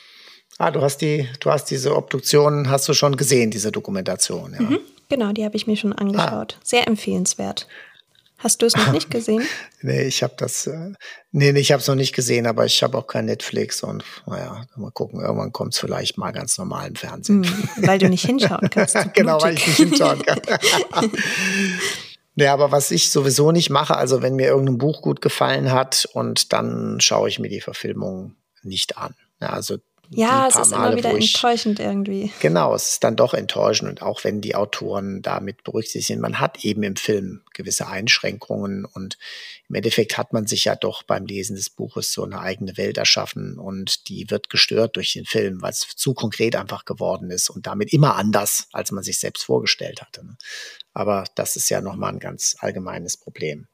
Du hast diese Obduktion, hast du schon gesehen, diese Dokumentation, ja? Mhm, genau, die habe ich mir schon angeschaut. Sehr empfehlenswert. Hast du es noch nicht gesehen? Nee, ich habe es noch nicht gesehen, aber ich habe auch kein Netflix und naja, mal gucken, irgendwann kommt es vielleicht mal ganz normal im Fernsehen. Weil du nicht hinschauen kannst. Genau, weil ich nicht hinschauen kann. Ja, aber was ich sowieso nicht mache, also wenn mir irgendein Buch gut gefallen hat und dann schaue ich mir die Verfilmung nicht an. Ja, also ja, es ist immer wieder enttäuschend irgendwie. Genau, es ist dann doch enttäuschend und auch wenn die Autoren damit berücksichtigt sind, man hat eben im Film gewisse Einschränkungen und im Endeffekt hat man sich ja doch beim Lesen des Buches so eine eigene Welt erschaffen und die wird gestört durch den Film, weil es zu konkret einfach geworden ist und damit immer anders, als man sich selbst vorgestellt hatte. Aber das ist ja nochmal ein ganz allgemeines Problem.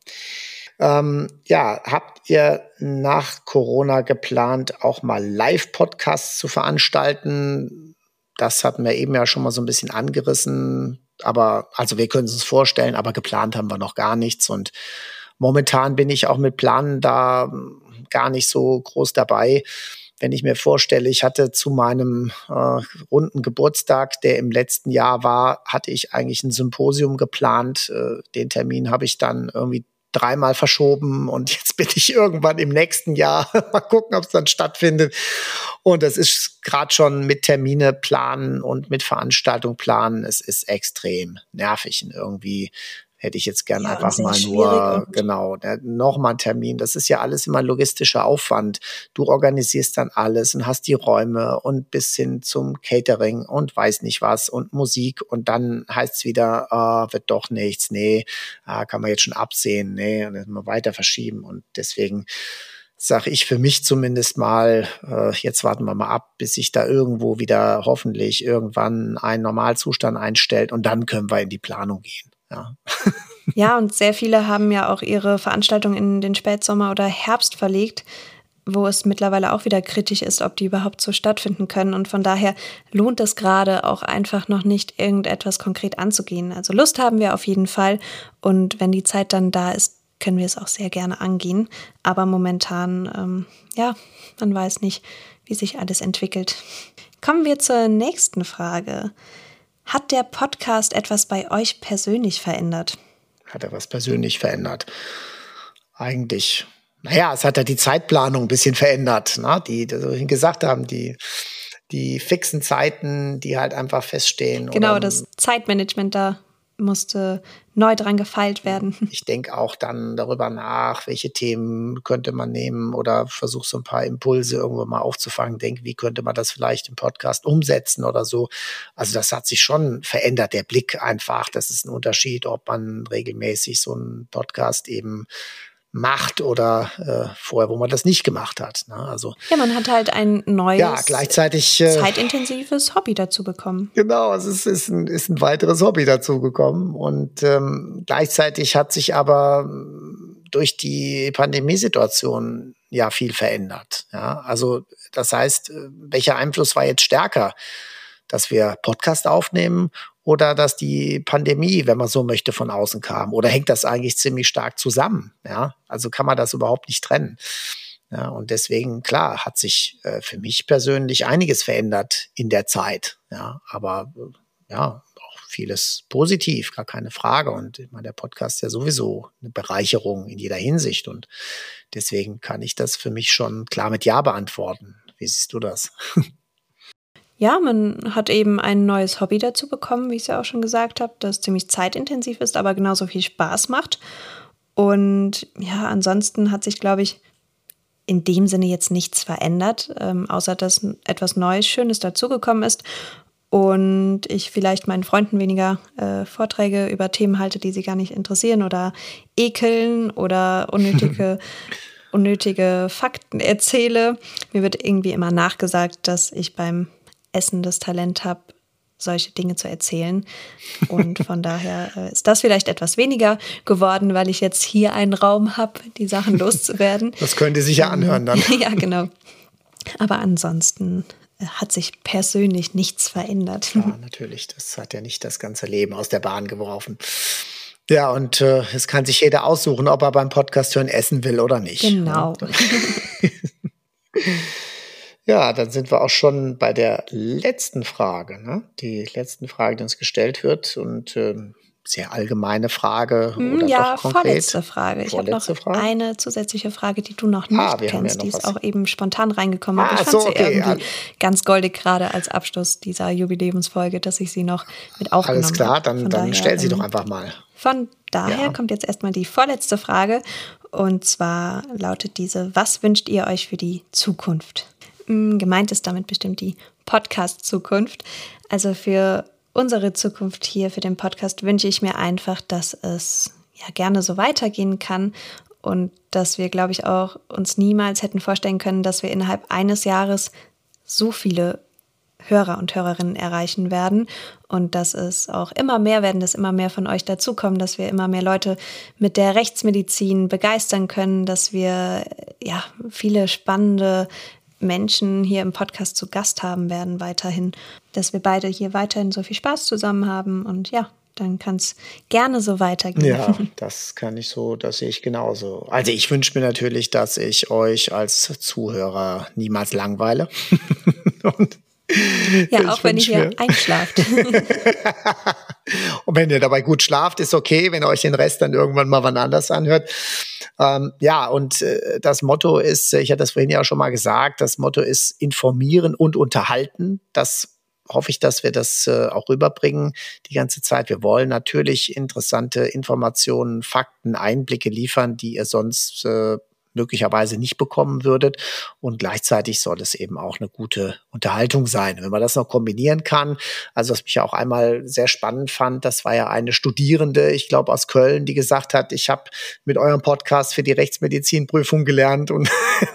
Habt ihr nach Corona geplant, auch mal Live-Podcasts zu veranstalten? Das hatten wir eben ja schon mal so ein bisschen angerissen. Aber, also wir können es uns vorstellen, aber geplant haben wir noch gar nichts. Und momentan bin ich auch mit Planen da gar nicht so groß dabei. Wenn ich mir vorstelle, ich hatte zu meinem runden Geburtstag, der im letzten Jahr war, hatte ich eigentlich ein Symposium geplant. Den Termin habe ich dann irgendwie 3-mal verschoben und jetzt bin ich irgendwann im nächsten Jahr. Mal gucken, ob es dann stattfindet. Und es ist gerade schon mit Termine planen und mit Veranstaltung planen. Es ist extrem nervig und irgendwie hätte ich jetzt gern einfach mal nur, nochmal einen Termin. Das ist ja alles immer logistischer Aufwand. Du organisierst dann alles und hast die Räume und bis hin zum Catering und weiß nicht was und Musik und dann heißt es wieder, wird doch nichts, kann man jetzt schon absehen, und dann mal weiter verschieben und deswegen sage ich für mich zumindest mal, jetzt warten wir mal ab, bis sich da irgendwo wieder hoffentlich irgendwann ein Normalzustand einstellt und dann können wir in die Planung gehen. Ja. Ja, und sehr viele haben ja auch ihre Veranstaltung in den Spätsommer oder Herbst verlegt, wo es mittlerweile auch wieder kritisch ist, ob die überhaupt so stattfinden können. Und von daher lohnt es gerade auch einfach noch nicht, irgendetwas konkret anzugehen. Also Lust haben wir auf jeden Fall. Und wenn die Zeit dann da ist, können wir es auch sehr gerne angehen. Aber momentan, man weiß nicht, wie sich alles entwickelt. Kommen wir zur nächsten Frage. Hat der Podcast etwas bei euch persönlich verändert? Hat er was persönlich verändert? Eigentlich, es hat ja die Zeitplanung ein bisschen verändert, ne? Die wir gesagt haben, die fixen Zeiten, die halt einfach feststehen. Genau, das Zeitmanagement da musste neu dran gefeilt werden. Ich denke auch dann darüber nach, welche Themen könnte man nehmen oder versuche so ein paar Impulse irgendwo mal aufzufangen. Denke, wie könnte man das vielleicht im Podcast umsetzen oder so. Also das hat sich schon verändert, der Blick einfach. Das ist ein Unterschied, ob man regelmäßig so einen Podcast eben macht oder vorher, wo man das nicht gemacht hat. Ne? Also ja, man hat halt ein neues, gleichzeitig zeitintensives Hobby dazu bekommen. Genau, also es ist ein weiteres Hobby dazu gekommen und gleichzeitig hat sich aber durch die Pandemiesituation ja viel verändert. Ja, also das heißt, welcher Einfluss war jetzt stärker, dass wir Podcast aufnehmen oder dass die Pandemie, wenn man so möchte, von außen kam? Oder hängt das eigentlich ziemlich stark zusammen? Ja, also kann man das überhaupt nicht trennen. Ja, und deswegen, klar, hat sich für mich persönlich einiges verändert in der Zeit. Ja, aber ja, auch vieles positiv, gar keine Frage. Und ich meine, der Podcast ist ja sowieso eine Bereicherung in jeder Hinsicht. Und deswegen kann ich das für mich schon klar mit Ja beantworten. Wie siehst du das? Ja, man hat eben ein neues Hobby dazu bekommen, wie ich es ja auch schon gesagt habe, das ziemlich zeitintensiv ist, aber genauso viel Spaß macht. Und ja, ansonsten hat sich, glaube ich, in dem Sinne jetzt nichts verändert, außer dass etwas Neues, Schönes dazugekommen ist und ich vielleicht meinen Freunden weniger Vorträge über Themen halte, die sie gar nicht interessieren oder ekeln oder unnötige Fakten erzähle. Mir wird irgendwie immer nachgesagt, dass ich beim Essen das Talent habe, solche Dinge zu erzählen. Und von daher ist das vielleicht etwas weniger geworden, weil ich jetzt hier einen Raum habe, die Sachen loszuwerden. Das könnt ihr sicher anhören dann. Ja, genau. Aber ansonsten hat sich persönlich nichts verändert. Ja, natürlich. Das hat ja nicht das ganze Leben aus der Bahn geworfen. Ja, und es kann sich jeder aussuchen, ob er beim Podcast hören essen will oder nicht. Genau. Ja, dann sind wir auch schon bei der letzten Frage, ne? Die letzten Frage, die uns gestellt wird und sehr allgemeine Frage oder ja, doch konkret? vorletzte Frage. Ich habe noch eine zusätzliche Frage, die du noch nicht kennst. Ja, die ist auch eben spontan reingekommen. Aber ich fand sie irgendwie ganz goldig, gerade als Abschluss dieser Jubiläumsfolge, dass ich sie noch mit aufgenommen habe. Alles klar, dann stell sie doch einfach mal. Von daher kommt jetzt erstmal die vorletzte Frage. Und zwar lautet diese: Was wünscht ihr euch für die Zukunft? Gemeint ist damit bestimmt die Podcast-Zukunft. Also für unsere Zukunft hier, für den Podcast, wünsche ich mir einfach, dass es ja gerne so weitergehen kann und dass wir, glaube ich, auch uns niemals hätten vorstellen können, dass wir innerhalb eines Jahres so viele Hörer und Hörerinnen erreichen werden und dass es auch immer mehr werden, dass immer mehr von euch dazukommen, dass wir immer mehr Leute mit der Rechtsmedizin begeistern können, dass wir ja viele spannende Menschen hier im Podcast zu Gast haben werden weiterhin, dass wir beide hier weiterhin so viel Spaß zusammen haben und ja, dann kann es gerne so weitergehen. Ja, das sehe ich genauso. Also ich wünsche mir natürlich, dass ich euch als Zuhörer niemals langweile. Und ja, auch wenn ihr hier einschlaft. Und wenn ihr dabei gut schlaft, ist okay, wenn ihr euch den Rest dann irgendwann mal wann anders anhört. Ja, und das Motto ist, ich hatte das vorhin ja auch schon mal gesagt, das Motto ist informieren und unterhalten. Das hoffe ich, dass wir das auch rüberbringen die ganze Zeit. Wir wollen natürlich interessante Informationen, Fakten, Einblicke liefern, die ihr sonst möglicherweise nicht bekommen würdet. Und gleichzeitig soll es eben auch eine gute Unterhaltung sein. Wenn man das noch kombinieren kann, also was mich ja auch einmal sehr spannend fand, das war ja eine Studierende, ich glaube aus Köln, die gesagt hat, ich habe mit eurem Podcast für die Rechtsmedizinprüfung gelernt und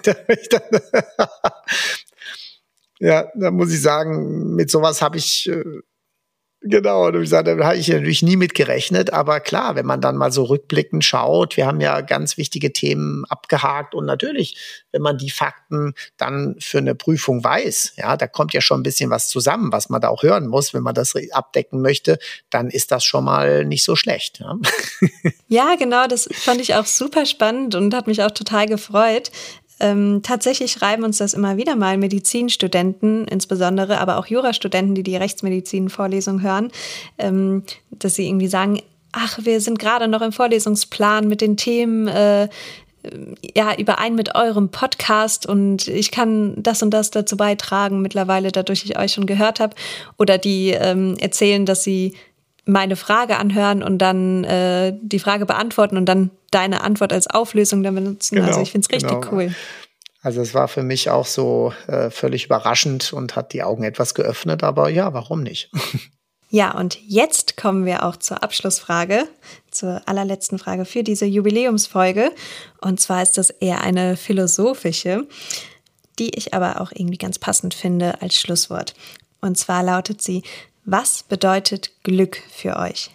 ja, da muss ich sagen, mit sowas habe ich genau, da habe ich natürlich nie mit gerechnet, aber klar, wenn man dann mal so rückblickend schaut, wir haben ja ganz wichtige Themen abgehakt und natürlich, wenn man die Fakten dann für eine Prüfung weiß, ja, da kommt ja schon ein bisschen was zusammen, was man da auch hören muss, wenn man das abdecken möchte, dann ist das schon mal nicht so schlecht. Ja, ja, genau, das fand ich auch super spannend und hat mich auch total gefreut. Tatsächlich schreiben uns das immer wieder mal Medizinstudenten, insbesondere, aber auch Jurastudenten, die die Rechtsmedizin-Vorlesung hören, dass sie irgendwie sagen, ach, wir sind gerade noch im Vorlesungsplan mit den Themen, überein mit eurem Podcast und ich kann das und das dazu beitragen mittlerweile, dadurch ich euch schon gehört habe. Oder die erzählen, dass sie meine Frage anhören und dann die Frage beantworten und dann deine Antwort als Auflösung dann benutzen. Genau, also ich finde es richtig cool. Also es war für mich auch so völlig überraschend und hat die Augen etwas geöffnet, aber ja, warum nicht? Ja, und jetzt kommen wir auch zur Abschlussfrage, zur allerletzten Frage für diese Jubiläumsfolge. Und zwar ist das eher eine philosophische, die ich aber auch irgendwie ganz passend finde als Schlusswort. Und zwar lautet sie: Was bedeutet Glück für euch?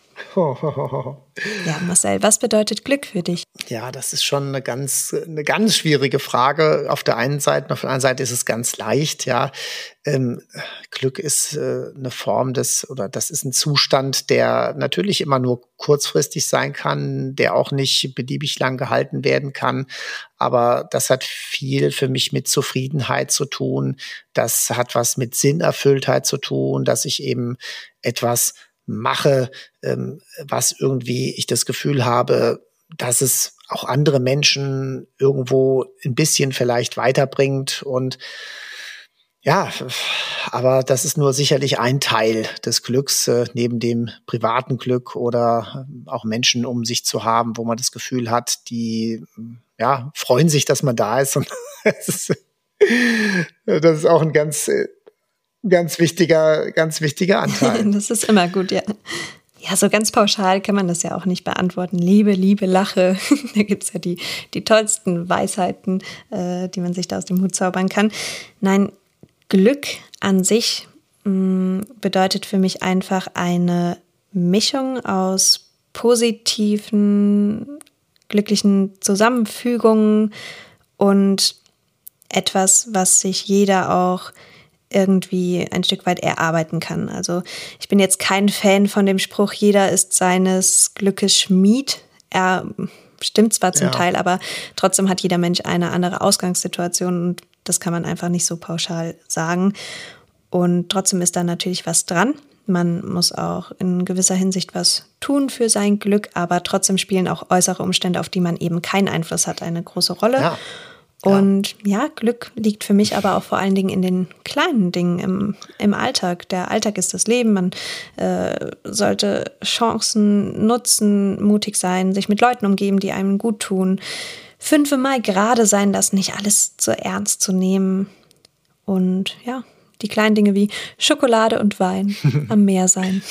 Ja, Marcel, was bedeutet Glück für dich? Ja, das ist schon eine ganz schwierige Frage. Auf der anderen Seite ist es ganz leicht, ja. Glück ist eine Form das ist ein Zustand, der natürlich immer nur kurzfristig sein kann, der auch nicht beliebig lang gehalten werden kann. Aber das hat viel für mich mit Zufriedenheit zu tun. Das hat was mit Sinnerfülltheit zu tun, dass ich eben etwas mache, was irgendwie ich das Gefühl habe, dass es auch andere Menschen irgendwo ein bisschen vielleicht weiterbringt. Und ja, aber das ist nur sicherlich ein Teil des Glücks, neben dem privaten Glück oder auch Menschen um sich zu haben, wo man das Gefühl hat, die freuen sich, dass man da ist. Und das ist auch ein ganz wichtiger Anteil. Das ist immer gut, ja. Ja, so ganz pauschal kann man das ja auch nicht beantworten. Liebe, lache. Da gibt's ja die tollsten Weisheiten, die man sich da aus dem Hut zaubern kann. Nein, Glück an sich bedeutet für mich einfach eine Mischung aus positiven, glücklichen Zusammenfügungen und etwas, was sich jeder auch irgendwie ein Stück weit erarbeiten kann. Also ich bin jetzt kein Fan von dem Spruch, jeder ist seines Glückes Schmied. Er stimmt zwar zum Teil, aber trotzdem hat jeder Mensch eine andere Ausgangssituation und das kann man einfach nicht so pauschal sagen. Und trotzdem ist da natürlich was dran. Man muss auch in gewisser Hinsicht was tun für sein Glück, aber trotzdem spielen auch äußere Umstände, auf die man eben keinen Einfluss hat, eine große Rolle. Ja. Und ja, Glück liegt für mich aber auch vor allen Dingen in den kleinen Dingen im Alltag. Der Alltag ist das Leben. Man sollte Chancen nutzen, mutig sein, sich mit Leuten umgeben, die einem gut tun. 5-mal gerade sein lassen, nicht alles zu ernst zu nehmen. Und ja, die kleinen Dinge wie Schokolade und Wein am Meer sein.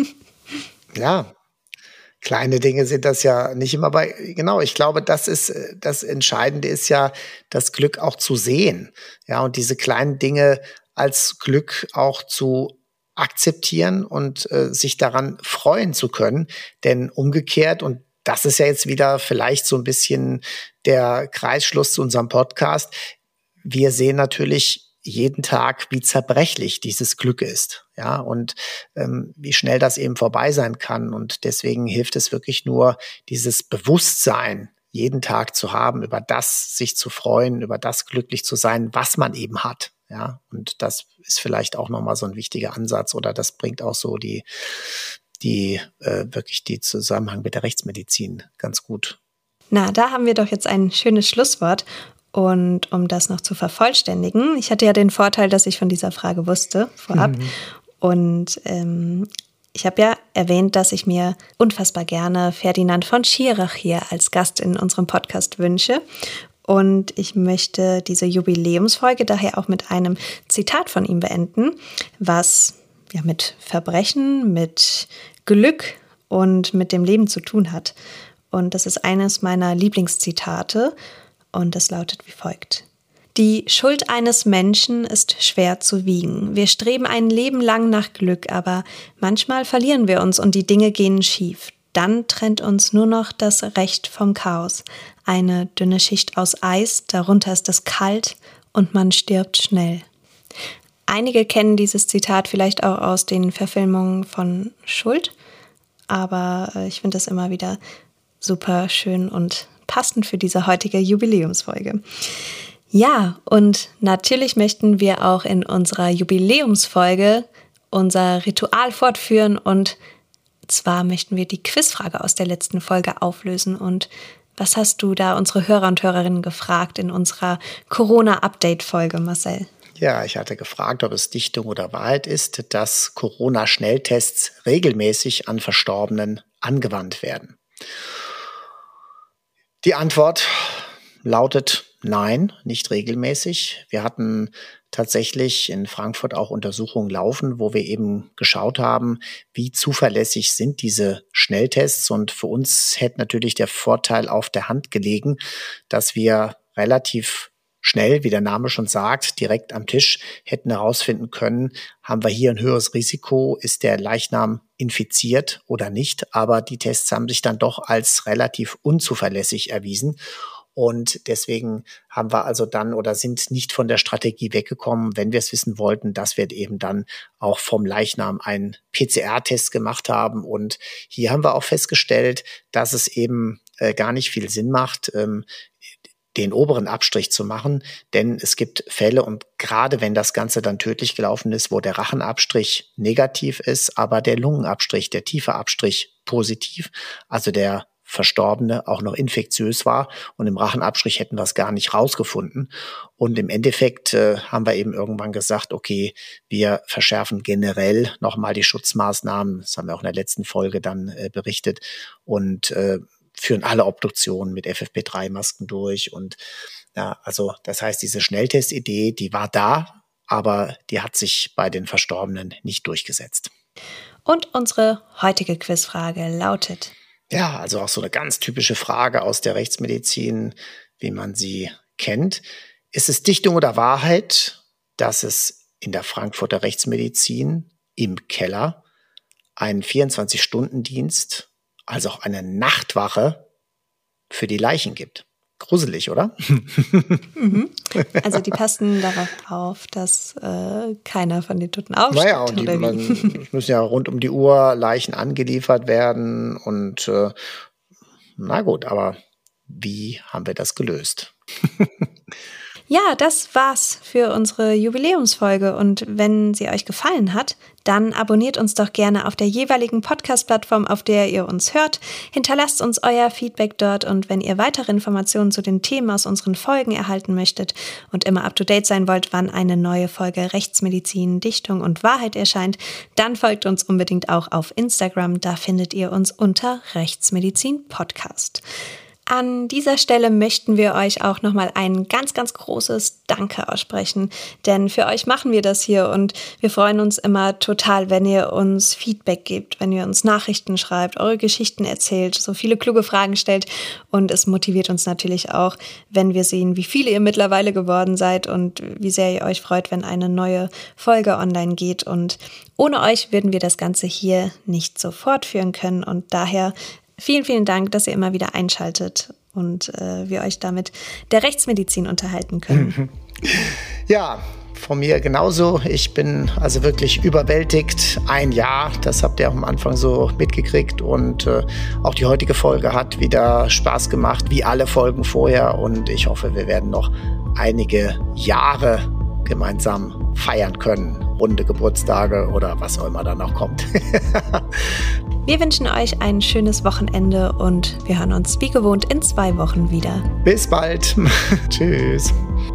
Ja. Kleine Dinge sind das ja nicht immer, aber genau, ich glaube, das Entscheidende ist ja, das Glück auch zu sehen. Ja, und diese kleinen Dinge als Glück auch zu akzeptieren und sich daran freuen zu können. Denn umgekehrt, und das ist ja jetzt wieder vielleicht so ein bisschen der Kreisschluss zu unserem Podcast, wir sehen natürlich jeden Tag, wie zerbrechlich dieses Glück ist, ja, und wie schnell das eben vorbei sein kann. Und deswegen hilft es wirklich nur, dieses Bewusstsein jeden Tag zu haben, über das sich zu freuen, über das glücklich zu sein, was man eben hat, ja. Und das ist vielleicht auch nochmal so ein wichtiger Ansatz, oder das bringt auch so wirklich die Zusammenhang mit der Rechtsmedizin ganz gut. Na, da haben wir doch jetzt ein schönes Schlusswort. Und um das noch zu vervollständigen, ich hatte ja den Vorteil, dass ich von dieser Frage wusste vorab. Und ich habe ja erwähnt, dass ich mir unfassbar gerne Ferdinand von Schirach hier als Gast in unserem Podcast wünsche. Und ich möchte diese Jubiläumsfolge daher auch mit einem Zitat von ihm beenden, was ja mit Verbrechen, mit Glück und mit dem Leben zu tun hat. Und das ist eines meiner Lieblingszitate. Und es lautet wie folgt: Die Schuld eines Menschen ist schwer zu wiegen. Wir streben ein Leben lang nach Glück, aber manchmal verlieren wir uns und die Dinge gehen schief. Dann trennt uns nur noch das Recht vom Chaos. Eine dünne Schicht aus Eis, darunter ist es kalt und man stirbt schnell. Einige kennen dieses Zitat vielleicht auch aus den Verfilmungen von Schuld, aber ich finde das immer wieder super schön und passend für diese heutige Jubiläumsfolge. Ja, und natürlich möchten wir auch in unserer Jubiläumsfolge unser Ritual fortführen, und zwar möchten wir die Quizfrage aus der letzten Folge auflösen. Und was hast du da unsere Hörer und Hörerinnen gefragt in unserer Corona-Update-Folge, Marcel? Ja, ich hatte gefragt, ob es Dichtung oder Wahrheit ist, dass Corona-Schnelltests regelmäßig an Verstorbenen angewandt werden. Die Antwort lautet nein, nicht regelmäßig. Wir hatten tatsächlich in Frankfurt auch Untersuchungen laufen, wo wir eben geschaut haben, wie zuverlässig sind diese Schnelltests. Und für uns hätte natürlich der Vorteil auf der Hand gelegen, dass wir relativ schnell, wie der Name schon sagt, direkt am Tisch hätten herausfinden können, haben wir hier ein höheres Risiko, ist der Leichnam infiziert oder nicht. Aber die Tests haben sich dann doch als relativ unzuverlässig erwiesen. Und deswegen haben wir also dann oder sind nicht von der Strategie weggekommen, wenn wir es wissen wollten, dass wir eben dann auch vom Leichnam einen PCR-Test gemacht haben. Und hier haben wir auch festgestellt, dass es eben gar nicht viel Sinn macht, den oberen Abstrich zu machen, denn es gibt Fälle und gerade wenn das Ganze dann tödlich gelaufen ist, wo der Rachenabstrich negativ ist, aber der Lungenabstrich, der tiefe Abstrich positiv, also der Verstorbene auch noch infektiös war und im Rachenabstrich hätten wir es gar nicht rausgefunden. Und im Endeffekt haben wir eben irgendwann gesagt, okay, wir verschärfen generell nochmal die Schutzmaßnahmen, das haben wir auch in der letzten Folge dann berichtet und führen alle Obduktionen mit FFP3-Masken durch. Und ja, also das heißt, diese Schnelltestidee, die war da, aber die hat sich bei den Verstorbenen nicht durchgesetzt. Und unsere heutige Quizfrage lautet: Ja, also auch so eine ganz typische Frage aus der Rechtsmedizin, wie man sie kennt. Ist es Dichtung oder Wahrheit, dass es in der Frankfurter Rechtsmedizin im Keller einen 24-Stunden-Dienst, also auch eine Nachtwache für die Leichen gibt? Gruselig, oder? Also die passen darauf auf, dass keiner von den Toten aufsteht. Naja, und die müssen ja rund um die Uhr Leichen angeliefert werden. Und na gut, aber wie haben wir das gelöst? Ja, das war's für unsere Jubiläumsfolge. Und wenn sie euch gefallen hat, dann abonniert uns doch gerne auf der jeweiligen Podcast-Plattform, auf der ihr uns hört. Hinterlasst uns euer Feedback dort. Und wenn ihr weitere Informationen zu den Themen aus unseren Folgen erhalten möchtet und immer up-to-date sein wollt, wann eine neue Folge Rechtsmedizin, Dichtung und Wahrheit erscheint, dann folgt uns unbedingt auch auf Instagram. Da findet ihr uns unter Rechtsmedizin Podcast. An dieser Stelle möchten wir euch auch nochmal ein ganz, ganz großes Danke aussprechen, denn für euch machen wir das hier und wir freuen uns immer total, wenn ihr uns Feedback gebt, wenn ihr uns Nachrichten schreibt, eure Geschichten erzählt, so viele kluge Fragen stellt und es motiviert uns natürlich auch, wenn wir sehen, wie viele ihr mittlerweile geworden seid und wie sehr ihr euch freut, wenn eine neue Folge online geht und ohne euch würden wir das Ganze hier nicht so fortführen können und daher vielen, vielen Dank, dass ihr immer wieder einschaltet und wir euch damit der Rechtsmedizin unterhalten können. Ja, von mir genauso. Ich bin also wirklich überwältigt. Ein Jahr, das habt ihr auch am Anfang so mitgekriegt und auch die heutige Folge hat wieder Spaß gemacht, wie alle Folgen vorher und ich hoffe, wir werden noch einige Jahre gemeinsam feiern können. Runde Geburtstage oder was auch immer da noch kommt. Wir wünschen euch ein schönes Wochenende und wir hören uns wie gewohnt in 2 Wochen wieder. Bis bald. Tschüss.